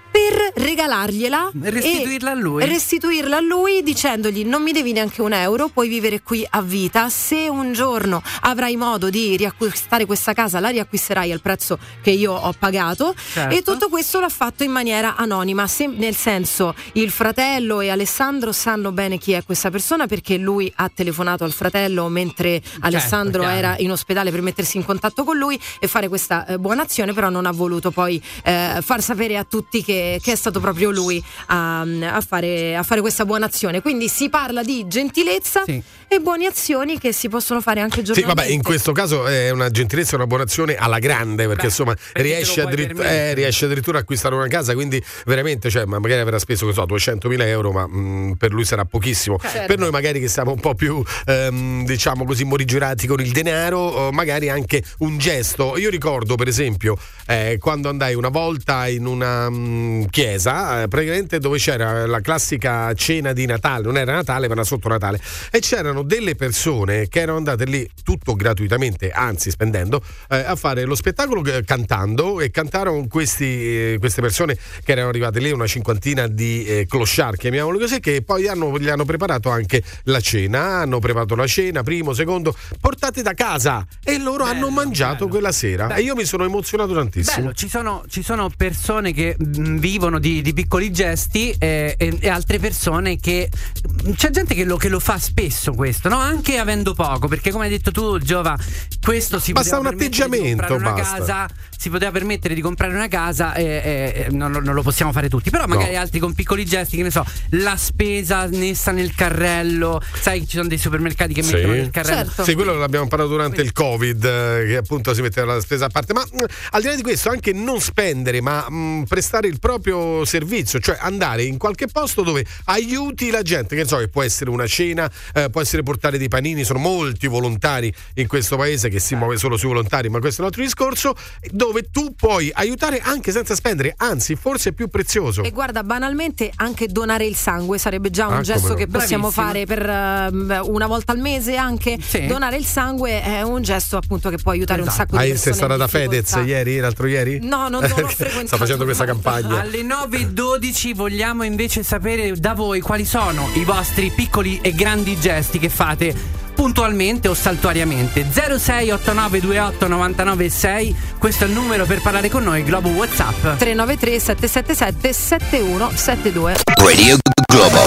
per regalargliela E restituirla e a lui. restituirla a lui dicendogli: non mi devi neanche un euro, puoi vivere qui a vita, se un giorno avrai modo di riacquistare questa casa la riacquisterai al prezzo che io ho pagato. Certo. E tutto questo l'ha fatto in maniera anonima, se- nel senso, il fratello e Alessandro sanno bene chi è questa persona, perché lui ha telefonato al fratello mentre Alessandro chiaro. era in ospedale per mettersi in contatto con lui e fare questa eh, buona azione, però non ha voluto poi eh, far sapere a tutti che che è stato proprio lui a, a, fare, a fare questa buona azione. Quindi si parla di gentilezza e buone azioni che si possono fare anche Sì, giornalmente. vabbè, in questo caso è una gentilezza e una buona azione alla grande, perché Beh, insomma perché riesce, te lo puoi addirittura, permettere. eh, riesce addirittura a acquistare una casa, quindi veramente, cioè, ma magari avrà speso, che so, duecentomila euro, ma mh, per lui sarà pochissimo. Certo. Per noi magari che siamo un po' più, ehm, diciamo così, morigerati con il denaro, o magari anche un gesto. Io ricordo, per esempio, eh, quando andai una volta in una mh, chiesa, eh, praticamente dove c'era la classica cena di Natale, non era Natale ma era sotto Natale, e c'erano delle persone che erano andate lì tutto gratuitamente, anzi spendendo, eh, a fare lo spettacolo eh, cantando, e cantarono questi, eh, queste persone che erano arrivate lì, una cinquantina di eh, clochard, chiamiamoli così, che poi hanno, gli hanno preparato anche la cena, hanno preparato la cena, primo, secondo, portate da casa, e loro Bello, hanno mangiato bello. quella sera. Beh. E io mi sono emozionato tantissimo. Bello, ci sono, ci sono persone che mh, vivono di, di piccoli gesti eh, e, e altre persone che c'è gente che lo, che lo fa spesso questo, no? Anche avendo poco, perché come hai detto tu, Giova, questo si Basta poteva un permettere di atteggiamento, comprare una basta. casa, si poteva permettere di comprare una casa e, e- e non, non lo possiamo fare tutti, però magari No. altri con piccoli gesti, che ne so, la spesa messa nel carrello, sai, ci sono dei supermercati che mettono nel carrello. Certo. Sì, quello l'abbiamo parlato durante il Covid, eh, che appunto si metteva la spesa a parte. Ma mh, al di là di questo, anche non spendere, ma mh, prestare il proprio servizio, cioè andare in qualche posto dove aiuti la gente, che ne so, che può essere una cena, eh, può essere portare dei panini. Sono molti volontari in questo paese che si muove solo sui volontari, ma questo è un altro discorso, dove tu puoi aiutare anche senza spendere, anzi forse è più prezioso. E guarda, banalmente anche donare il sangue sarebbe già un Ah, gesto come no. che possiamo Bravissima. fare per eh, una volta al mese anche. Sì. Donare il sangue è un gesto appunto che può aiutare un Esatto. sacco di Hai, persone. sei stata in da Fedez difficoltà. ieri, l'altro ieri? No, non, non ho frequentato. Sta facendo questa campagna. Alle nove e dodici vogliamo invece sapere da voi quali sono i vostri piccoli e grandi gesti che fate puntualmente o saltuariamente. Zero sei otto nove due otto nove nove sei, questo è il numero per parlare con noi. Globo WhatsApp tre nove tre sette sette sette sette uno sette due. Radio Globo.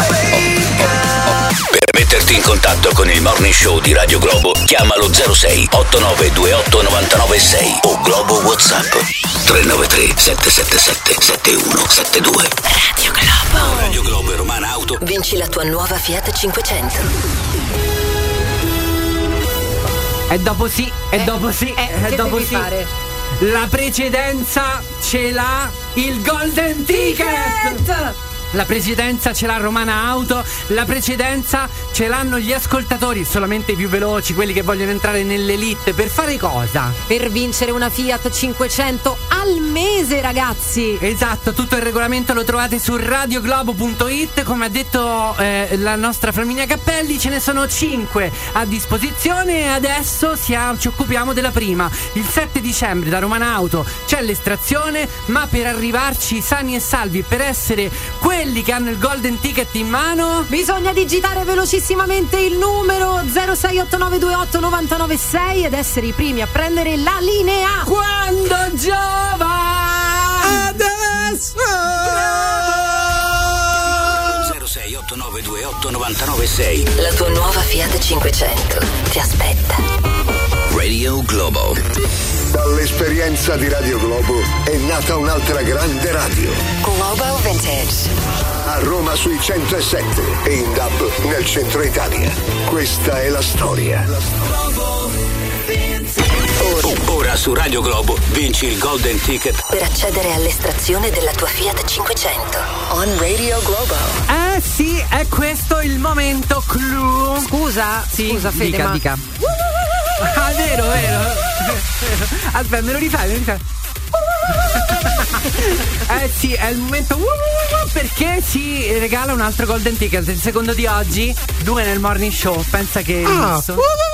Per metterti in contatto con il Morning Show di Radio Globo, chiamalo zero sei otto nove due otto nove nove sei o Globo WhatsApp tre nove tre sette sette sette sette uno sette due. Radio Globo. Radio Globo e Romana Auto. Vinci la tua nuova Fiat cinquecento. E dopo sì, e Eh, dopo sì, eh, e che dopo devi sì. fare? La precedenza ce l'ha il Golden Ticket! La precedenza ce l'ha Romana Auto, la precedenza ce l'hanno gli ascoltatori, solamente i più veloci, quelli che vogliono entrare nell'elite. Per fare cosa? Per vincere una Fiat cinquecento al mese, ragazzi. Esatto, tutto il regolamento lo trovate su radioglobo punto it. Come ha detto eh, la nostra Flaminia Cappelli, ce ne sono cinque a disposizione e adesso siamo, ci occupiamo della prima. Il sette dicembre da Romana Auto c'è l'estrazione, ma per arrivarci sani e salvi, per essere quelli quelli che hanno il golden ticket in mano. Bisogna digitare velocissimamente il numero zero sei otto nove due otto nove nove sei ed essere i primi a prendere la linea. Quando giova adesso zero sei otto nove due otto nove nove sei. La tua nuova Fiat cinquecento ti aspetta. Radio Globo. Dall'esperienza di Radio Globo è nata un'altra grande radio. Globo Vintage. A Roma sui centosette e in D A B nel centro Italia. Questa è la storia. Ora su Radio Globo vinci il golden ticket Per accedere all'estrazione della tua Fiat cinquecento. On Radio Globo. Eh sì, è questo il momento clou. Scusa, sì, scusa Fede, dica, ma... dica. Ah, vero, vero. Aspetta, me lo rifai, me lo rifai. Eh sì, è il momento perché si regala un altro golden ticket. Il secondo di oggi, due nel morning show. Pensa che Ah.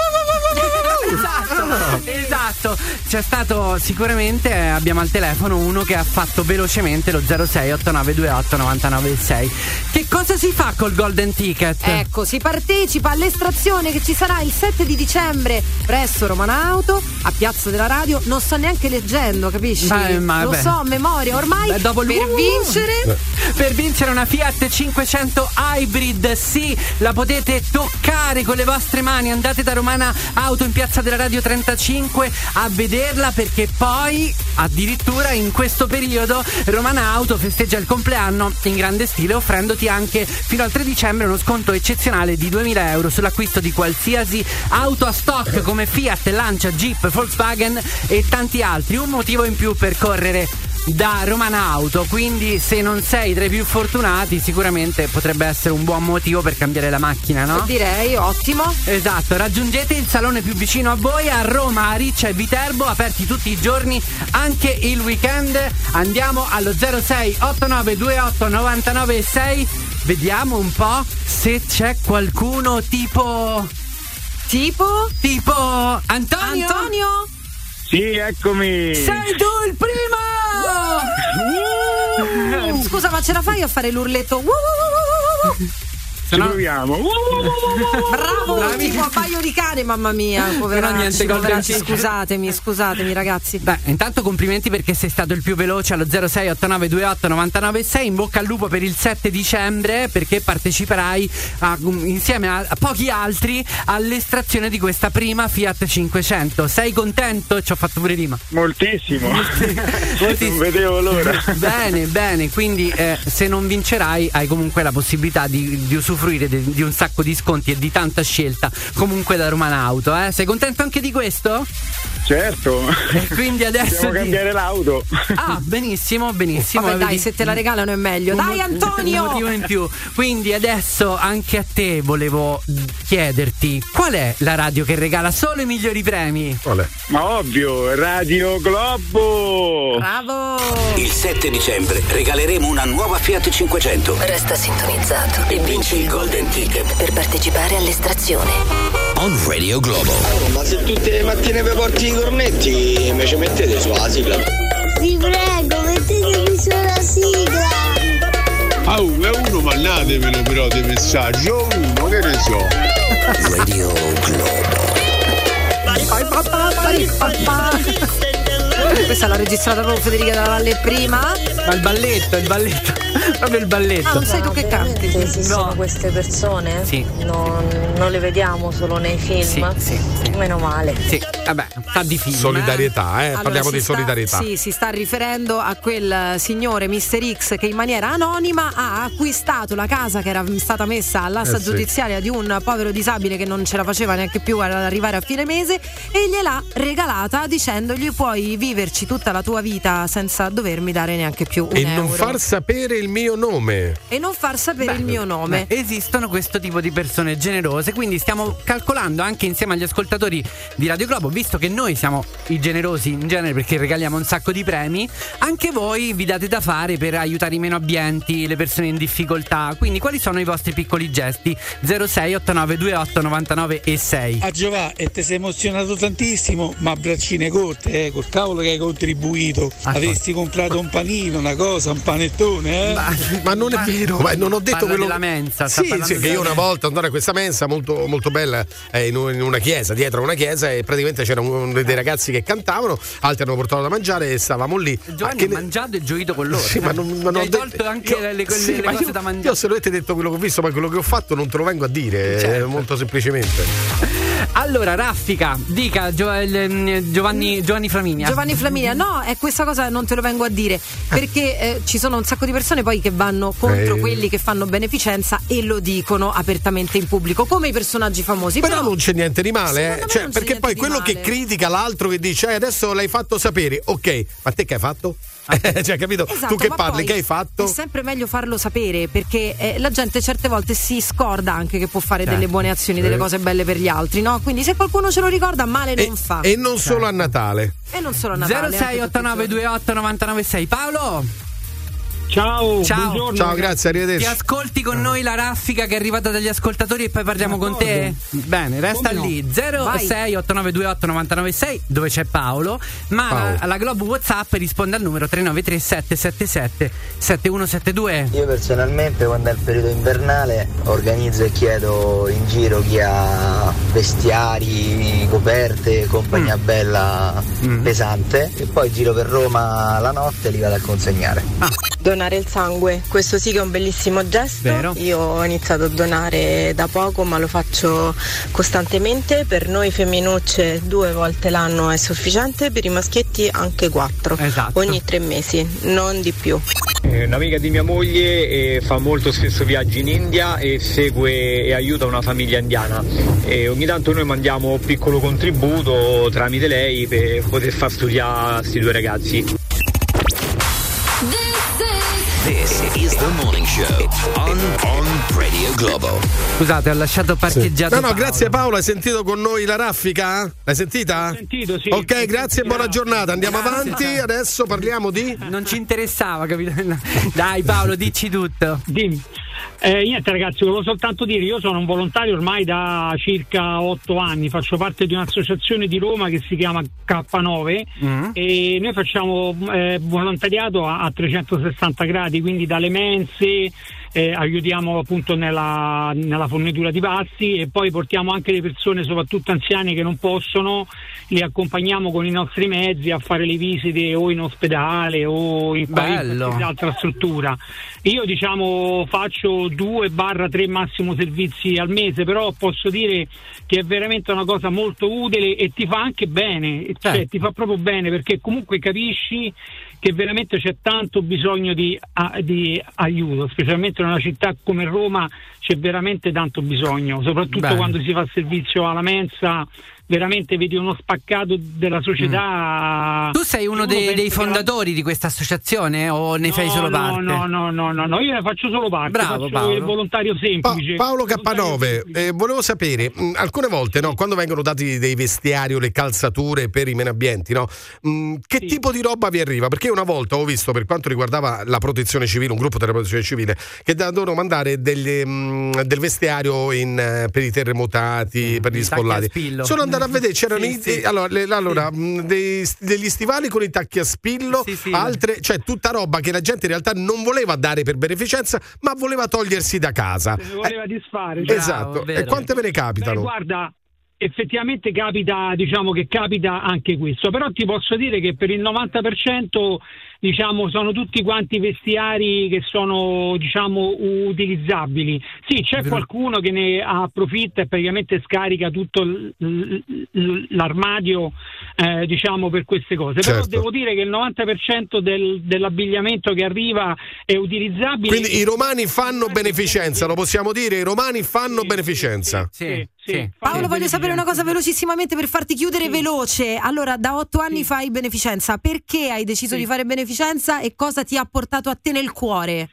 Esatto, esatto. C'è stato sicuramente, eh, abbiamo al telefono uno che ha fatto velocemente lo zero sei otto nove due otto nove nove sei. Che cosa si fa col golden ticket? Ecco, si partecipa all'estrazione che ci sarà il sette di dicembre presso Romana Auto a Piazza della Radio. Non sto neanche leggendo, capisci? Beh, ma Lo beh. so a memoria ormai. Beh, dopo il per uh, vincere per vincere una Fiat cinquecento Hybrid, sì, la potete toccare con le vostre mani. Andate da Romana Auto in Piazza della Radio trentacinque a vederla, perché poi addirittura in questo periodo Romana Auto festeggia il compleanno in grande stile, offrendoti anche fino al tre dicembre uno sconto eccezionale di duemila euro sull'acquisto di qualsiasi auto a stock come Fiat, Lancia, Jeep, Volkswagen e tanti altri. Un motivo in più per correre da Romana Auto, quindi se non sei tra i più fortunati sicuramente potrebbe essere un buon motivo per cambiare la macchina, no? Direi ottimo. Esatto, raggiungete il salone più vicino a voi a Roma, a Riccia e Viterbo, aperti tutti i giorni, anche il weekend. Andiamo allo zero sei otto nove due otto nove nove sei, vediamo un po' se c'è qualcuno tipo Tipo? Tipo Antonio? Antonio? Sì, eccomi. Sei tu il primo! Uh, scusa, ma ce la fai a fare l'urletto? Uh, uh, uh, uh. Ci proviamo. Bravo, Bravi. tipo abbaio di cane, mamma mia. Poveracci, Però niente golden poveracci, ticket. scusatemi, scusatemi ragazzi. Beh, intanto complimenti perché sei stato il più veloce allo zero sei otto nove due otto nove nove sei. In bocca al lupo per il sette dicembre, perché parteciperai a, insieme a, a pochi altri all'estrazione di questa prima Fiat cinquecento. Sei contento? Ci ho fatto pure rima. Moltissimo. Moltissimo. Non vedevo l'ora. Bene, bene, quindi eh, se non vincerai hai comunque la possibilità di, di usufruire di, di un sacco di sconti e di tanta scelta comunque da Romana Auto, eh? Sei contento anche di questo? Certo. E quindi adesso dobbiamo ti... cambiare l'auto. Ah, benissimo, benissimo. Vabbè, dai, Vedi? se te la regalano è meglio. Un Dai mo- Antonio! Un motivo in più. Quindi adesso anche a te volevo chiederti qual è la radio che regala solo i migliori premi? Qual è? Ma ovvio, Radio Globo. Bravo! Il sette dicembre regaleremo una nuova Fiat cinquecento. Resta sintonizzato E vinci il golden ticket per partecipare all'estrazione. on Radio Globo. Ma se tutte le mattine vi porti i cornetti, me ci mettete sulla sigla. Vi prego, mettetemi sulla sigla. Ah, uh, è uno, mandatemelo però dei messaggi. O uno, che ne so. Radio Globo. Questa l'ha registrata proprio Federica della Valle prima. Ma il balletto, il balletto, proprio il balletto. Ah, non sei tu che canti? Esistono No. queste persone? Sì. Non, non le vediamo solo nei film? Sì, sì, sì. Meno male. Sì, vabbè, sta di film. Solidarietà, eh? Allora, Parliamo si di sta- solidarietà. Sì, si sta riferendo a quel signore mister X che in maniera anonima ha acquistato la casa che era stata messa all'asta Eh, sì. giudiziaria di un povero disabile che non ce la faceva neanche più ad arrivare a fine mese e gliel'ha regalata dicendogli puoi viverci tutta la tua vita senza dovermi dare neanche più un E euro. non far sapere il mio nome. E non far sapere il mio nome. Beh, esistono questo tipo di persone generose, quindi stiamo calcolando anche insieme agli ascoltatori di Radio Globo, visto che noi siamo i generosi in genere perché regaliamo un sacco di premi, anche voi vi date da fare per aiutare i meno abbienti, le persone in difficoltà. Quindi quali sono i vostri piccoli gesti? zero sei otto nove due otto nove nove e sei. A Giovanni, e ti sei emozionato tantissimo, ma a braccine corte, eh, col cavolo che hai contribuito, avresti comprato un panino, una cosa, un panettone, eh? Ma, ma non è vero, ma non ho detto Parla quello. della mensa, sta sì, parlando sì, che io della una volta andavo a questa mensa molto, molto bella eh, in, un- in una chiesa, dietro a una chiesa, e praticamente c'erano un- dei ragazzi che cantavano, altri hanno portato da mangiare e stavamo lì. Giovanni ha mangiato e gioito con loro. Sì, ma non, ma Gli non hai ho detto- tolto anche io- le, le- sì, le ma cose io, da mangiare. io se avete detto quello che ho visto, ma quello che ho fatto non te lo vengo a dire, Certo. eh, molto semplicemente. Allora, Raffica, dica Gio- il- Giovanni, Giovanni Flaminia. Giovanni Flaminia, no, è questa cosa non te lo vengo a dire, perché eh, ci sono un sacco di persone poi che vanno contro Eh. quelli che fanno beneficenza e lo dicono apertamente in pubblico, come i personaggi famosi. Però, Però non c'è niente di male, Secondo eh. me Cioè, non c'è perché niente poi di quello male. che critica l'altro che dice eh, adesso l'hai fatto sapere, ok, ma te che hai fatto? cioè, capito? Esatto, tu che ma parli, poi che hai fatto? È sempre meglio farlo sapere, perché eh, la gente certe volte si scorda anche che può fare Certo. delle buone azioni, delle Eh. cose belle per gli altri, no? Quindi se qualcuno ce lo ricorda, male E, non fa. e non solo a Natale. E non solo a Natale. zero sei otto nove due otto nove nove sei. Paolo. Ciao, Ciao. buongiorno. Ciao, grazie, arrivederci. Ti ascolti con noi la raffica che è arrivata dagli ascoltatori e poi parliamo con te? Bene, resta Come no? lì. zero sei otto nove due otto nove nove sei dove c'è Paolo, ma Paolo. la, la Globo WhatsApp risponde al numero tre nove tre sette sette sette sette uno sette due. Io personalmente quando è il periodo invernale organizzo e chiedo in giro chi ha vestiari, coperte, compagnia bella pesante, e poi giro per Roma la notte e li vado a consegnare. Donare il sangue, questo sì che è un bellissimo gesto. Vero. Io ho iniziato a donare da poco, ma lo faccio costantemente. Per noi femminucce due volte l'anno è sufficiente, per i maschietti anche quattro, Esatto. ogni tre mesi, non di più. Eh, Un'amica di mia moglie eh, fa molto spesso viaggi in India e segue e aiuta una famiglia indiana, e ogni tanto noi mandiamo un piccolo contributo tramite lei per poter far studiare questi due ragazzi. This is the morning show on, on Radio Globo. Scusate, ho lasciato parcheggiato. No, no, Paolo. grazie Paolo, hai sentito con noi la raffica? L'hai sentita? Ho sentito, sì. Ok, grazie e buona giornata. Andiamo Grazie, avanti, ciao. adesso parliamo di... Non ci interessava, capito? Dai Paolo, dici tutto. Dimmi. Eh, niente ragazzi, volevo soltanto dire, io sono un volontario ormai da circa otto anni, faccio parte di un'associazione di Roma che si chiama K nove Mm. e noi facciamo eh, volontariato a, a trecentosessanta gradi, quindi dalle mense, eh, aiutiamo appunto nella, nella fornitura di pasti, e poi portiamo anche le persone, soprattutto anziane che non possono, li accompagniamo con i nostri mezzi a fare le visite o in ospedale o in Bello. qualsiasi altra struttura. Io diciamo faccio due barra tre massimo servizi al mese, però posso dire che è veramente una cosa molto utile e ti fa anche bene, cioè Certo. ti fa proprio bene, perché comunque capisci che veramente c'è tanto bisogno di, a- di aiuto, specialmente in una città come Roma c'è veramente tanto bisogno, soprattutto Bene. quando si fa servizio alla mensa. Veramente vedi uno spaccato della società. Tu sei uno Uno dei, pensa dei che fondatori di questa associazione o ne fai solo no, parte? No, no, no, no, no, io ne faccio solo parte. Bravo, faccio Paolo. il volontario Pa- semplice. Paolo K Volontario nove, semplice. eh, volevo sapere, mh, alcune volte no, quando vengono dati dei vestiari o le calzature per i meno abbienti, no, mh, che Sì. tipo di roba vi arriva? Perché una volta ho visto, per quanto riguardava la protezione civile, un gruppo della protezione civile, che da- dovevano mandare delle, mh, del vestiario in, eh, per i terremotati, per gli I tacchi a sfollati. spillo. Sono andato a vedere, c'erano Sì, i- sì. eh, allora, le- allora, mh, dei- degli stivali con i tacchi a spillo, Sì, sì. altre, cioè tutta roba che la gente in realtà non voleva dare per beneficenza, ma voleva togliersi da casa. Se ne voleva disfare. Bravo, Esatto, vero. e quante ve ne Beh, capitano? guarda, effettivamente capita, diciamo che capita anche questo, però ti posso dire che per il novanta per cento diciamo sono tutti quanti vestiari che sono diciamo utilizzabili. Sì, c'è Vero. qualcuno che ne approfitta e praticamente scarica tutto l- l- l'armadio eh, diciamo per queste cose, però Certo. devo dire che il novanta per cento del, dell'abbigliamento che arriva è utilizzabile. Quindi i romani fanno beneficenza, lo possiamo dire? I romani fanno beneficenza. Sì, Sì, sì. sì. Paolo, voglio sapere una cosa velocissimamente per farti chiudere Sì. veloce. Allora, da otto anni fai beneficenza. Perché hai deciso Sì. di fare beneficenza e cosa ti ha portato a te nel cuore?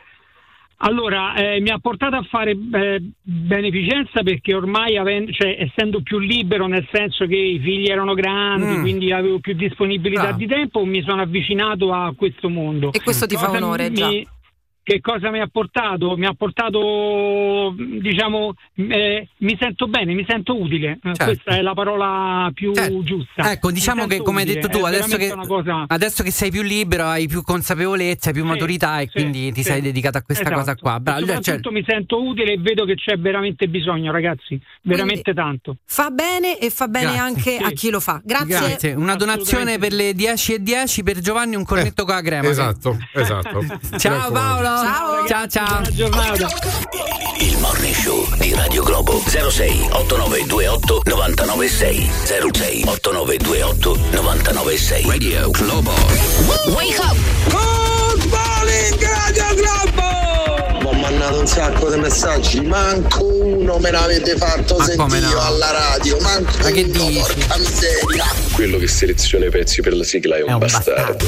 Allora, eh, mi ha portato a fare eh, beneficenza perché ormai aven- cioè, essendo più libero, nel senso che i figli erano grandi, Mm. quindi avevo più disponibilità Bravo. di tempo, mi sono avvicinato a questo mondo. E questo ti fa Cosa onore, mi- già. che cosa mi ha portato? Mi ha portato, diciamo, eh, mi sento bene, mi sento utile. Certo. Questa è la parola più Certo. giusta. Ecco, diciamo che come hai utile. detto tu, È adesso che, veramente una cosa... adesso che sei più libero, hai più consapevolezza, hai più Sì, maturità e sì, quindi ti sì. sei dedicato a questa Esatto. cosa qua. Bravo, E soprattutto cioè- mi sento utile e vedo che c'è veramente bisogno, ragazzi, veramente tanto. Fa bene e fa bene Grazie. anche Sì. a chi lo fa. Grazie. Grazie. Una donazione per le dieci e dieci per Giovanni, un cornetto con la crema. Esatto, esatto. Ciao Paolo. Ciao. Ciao ciao. Buona giornata. Il Morning Show di Radio Globo. Zero sei otto nove due otto nove nove sei zero sei otto nove due otto nove nove sei. Radio Globo. Wake up! Good morning, Radio Globo! Ho mandato un sacco di messaggi, manco uno me l'avete fatto Ma come sentire no? alla radio, manco Ma che uno, dici? porca miseria. Quello che seleziona i pezzi per la sigla è un, È un bastardo.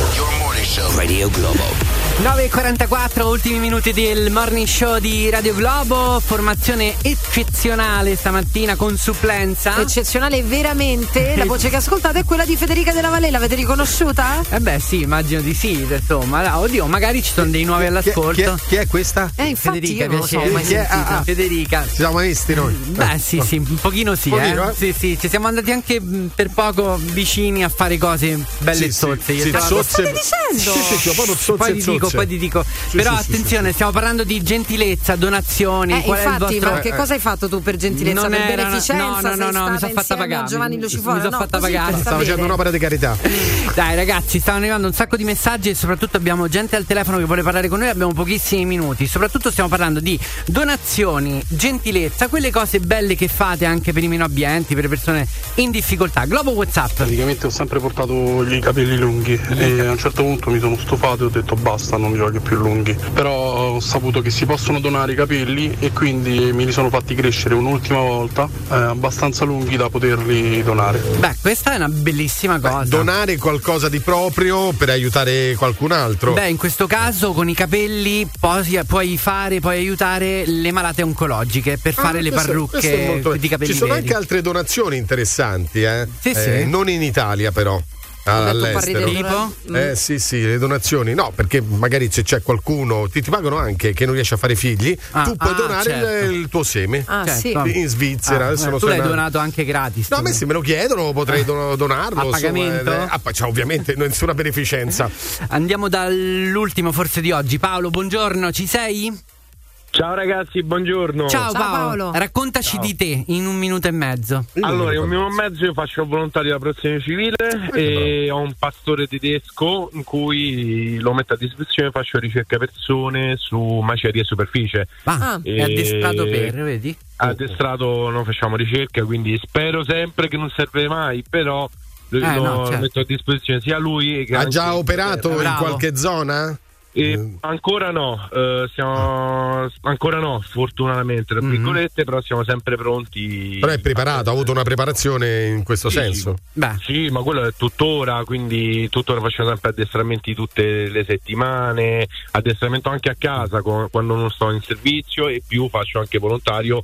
Radio Globo. nove e quarantaquattro, ultimi minuti del Morning Show di Radio Globo. Formazione eccezionale stamattina con supplenza. Eccezionale veramente. La voce che ascoltate è quella di Federica Della Valle. L'avete riconosciuta? Eh beh sì, immagino di sì, insomma. Oddio, magari ci sono dei nuovi all'ascolto. Chi è, chi è questa? Eh, infatti Federica, io non lo so, piacere. mai Chi è? sentita. Ah, ah. Federica. Ci siamo mai visti noi? Beh sì sì, un pochino sì, Un pochino, eh. eh? Sì sì, ci siamo andati anche mh, per poco vicini a fare cose belle e Sì, zozze. sì, Io sì, te la- zozze. State dicendo? Sì, sì, sì, proprio zozze Poi e ti dico, zozze. poi ti dico. Sì, Però sì, sì, attenzione, sì. stiamo parlando di gentilezza, donazioni. Eh, qual è il infatti, vostro... ma che cosa hai fatto tu per gentilezza? Non per era- beneficenza? no, no, no, Sei no, mi stata sono fatta insieme a pagare. Giovanni Mi Lucifora? sono No, fatta così pagare. per Stavo sapere. facendo un'opera di carità. Dai ragazzi, stanno arrivando un sacco di messaggi e soprattutto abbiamo gente al telefono che vuole parlare con noi, abbiamo pochissimi minuti. Soprattutto stiamo parlando di donazioni, gentilezza, quelle cose belle che fate anche per i meno abbienti, per le persone in difficoltà. Globo WhatsApp. Praticamente ho sempre portato i capelli lunghi e a un certo punto mi sono stufato e ho detto basta, non li voglio più lunghi. Però ho saputo che si possono donare i capelli e quindi me li sono fatti crescere un'ultima volta, eh, abbastanza lunghi da poterli donare. Beh, questa è una bellissima cosa. Donare qualcosa di proprio per aiutare qualcun altro. Beh, in questo caso con i capelli puoi, puoi fare, puoi aiutare le malate oncologiche per fare Ah, le questo è- parrucche questo è molto- di capelli Ci sono veri. anche altre donazioni interessanti, eh? Sì, sì. Eh, non in Italia, però. Ah, Ho detto un po' all'estero. ridere. Tipo? Eh sì sì, le donazioni no, perché magari se c'è qualcuno ti, ti pagano anche che non riesce a fare figli, Ah, tu puoi ah, donare certo. il, il tuo seme. Ah, Certo. sì. In Svizzera Ah, adesso eh, non tu so l'hai una- donato anche gratis. No, a me se me lo chiedono potrei don- donarlo. A insomma, pagamento? eh, ah, poi c'è ovviamente nessuna beneficenza. Andiamo dall'ultimo forse di oggi. Paolo, buongiorno, ci sei? Ciao ragazzi, buongiorno. Ciao, Ciao, Paolo. Paolo. Raccontaci Ciao. di te in un minuto e mezzo. Allora, in un minuto e mezzo io faccio il volontario della protezione civile e ho un pastore tedesco in cui lo metto a disposizione, faccio ricerca persone su macerie e superficie. Ah, E- è addestrato per, vedi? Addestrato non facciamo ricerca, quindi spero sempre che non serve mai, però lo, Eh, lo no, certo. metto a disposizione sia lui che Ha anche- già operato in Bravo. qualche zona? E ancora no, eh, siamo ancora no, fortunatamente, tra Mhm. virgolette, però siamo sempre pronti. Però è preparato, ha avuto una preparazione in questo Sì, senso. Beh, Sì, ma quello è tuttora, quindi tuttora facciamo sempre addestramenti tutte le settimane, addestramento anche a casa co- quando non sto in servizio e più faccio anche volontario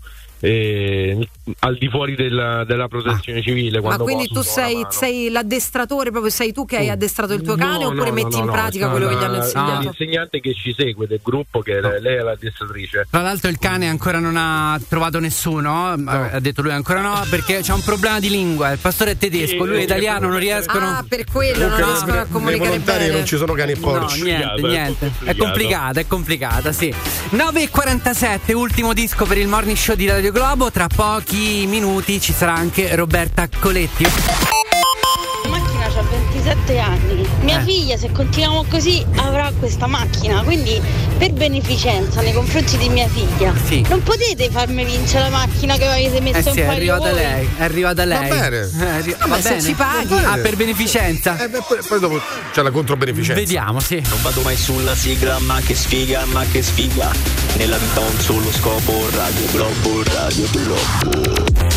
eh, al di fuori della, della protezione civile. Ma Quando quindi posso, tu do una sei, mano. sei l'addestratore, proprio sei tu che hai addestrato il tuo No, cane oppure no, metti no, in no, pratica c'è quello che una- gli hanno insegnato? l'insegnante che ci segue del gruppo, che lei è l'addestratrice. tra l'altro il cane ancora non ha trovato nessuno, ha detto lui ancora no, perché c'è un problema di lingua, il pastore è tedesco, lui è italiano, non riescono... Ah, per quello non Comunque, riescono a nei comunicare volontari bene. non ci sono cani e No, porci. niente, complicato, è niente. È complicato. complicata, è complicata, sì. nove e quarantasette, ultimo disco per il Morning Show di Radio Globo. Tra pochi minuti ci sarà anche Roberta Coletti. La macchina ha ventisette anni. Mia Eh. figlia, se continuiamo così, avrà questa macchina. Quindi, per beneficenza nei confronti di mia figlia, Sì. non potete farmi vincere la macchina che avete messo Eh in sì, è palio arrivata voi. lei, è arrivata lei. Va bene. Eh, arri- va Vabbè, se bene. ci paghi. Ah, per beneficenza. Eh, beh, poi, poi dopo c'è la controbeneficenza. Vediamo, sì. Non vado mai sulla sigla, ma che sfiga, ma che sfiga. Nella vita ho un solo scopo, Radio Globo, Radio Globo.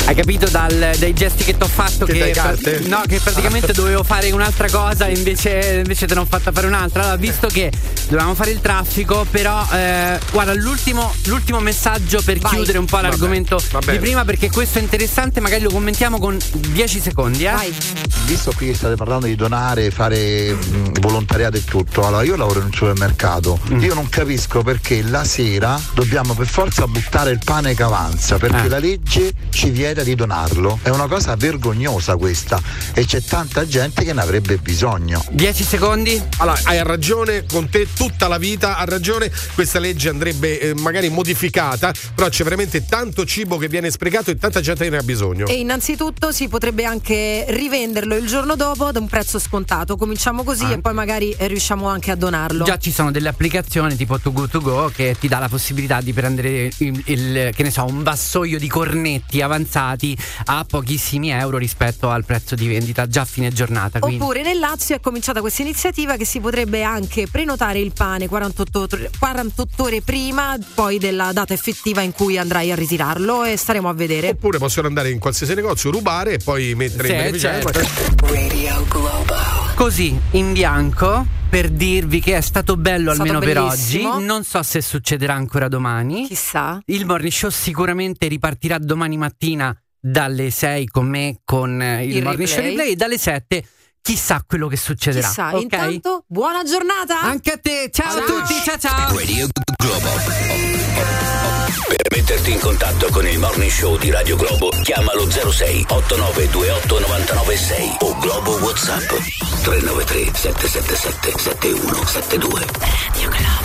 Hai capito dal, dai gesti che ti ho fatto che, che, dai carte? no, che praticamente dovevo fare un'altra cosa e invece, invece te ne ho fatta fare un'altra. Allora, visto che dovevamo fare il traffico, però eh, guarda, l'ultimo, l'ultimo messaggio per Vai. chiudere un po' Vabbè, l'argomento va di bene. prima, perché questo è interessante, magari lo commentiamo con dieci secondi, eh? Vai. Visto qui che state parlando di donare, fare mh, volontariato e tutto, allora io lavoro in un supermercato, Mm. io non capisco perché la sera dobbiamo per forza buttare il pane che avanza, perché Eh. la legge ci vieta di donarlo, è una cosa vergognosa questa e c'è tanta gente che ne avrebbe bisogno. dieci secondi? Allora, hai ragione, con te tutta la vita, ha ragione, questa legge andrebbe eh, magari modificata, però c'è veramente tanto cibo che viene sprecato e tanta gente che ne ha bisogno. E innanzitutto si potrebbe anche rivenderlo il giorno dopo ad un prezzo scontato. Cominciamo così Ah. e poi magari eh, riusciamo anche a donarlo. Già ci sono delle applicazioni tipo Too Good To Go che ti dà la possibilità di prendere il, il- che ne so, un vassoio di cornetti avanzati a pochissimi euro rispetto al prezzo di vendita già a fine giornata. Quindi. Oppure nel Lazio è cominciata questa iniziativa che si potrebbe anche prenotare il pane quarantotto ore, quarantotto ore prima poi della data effettiva in cui andrai a ritirarlo e staremo a vedere. Oppure possono andare in qualsiasi negozio, rubare e poi mettere Sì, in beneficenza. certo. Radio Globo. Così in bianco per dirvi che è stato bello È stato almeno per bellissimo. oggi. Non so se succederà ancora domani. Chissà. Il Morning Show sicuramente ripartirà domani mattina dalle sei con me con eh, il, Il Morning Show replay. Replay e dalle sette chissà quello che succederà. Chissà, ok? intanto buona giornata. Anche a te, ciao, Ciao. a tutti, ciao ciao. Radio Globo. Per metterti in contatto con il Morning Show di Radio Globo, chiamalo zero sei otto nove due otto nove nove sei o Globo WhatsApp tre nove tre sette sette sette sette uno sette due. Radio Globo.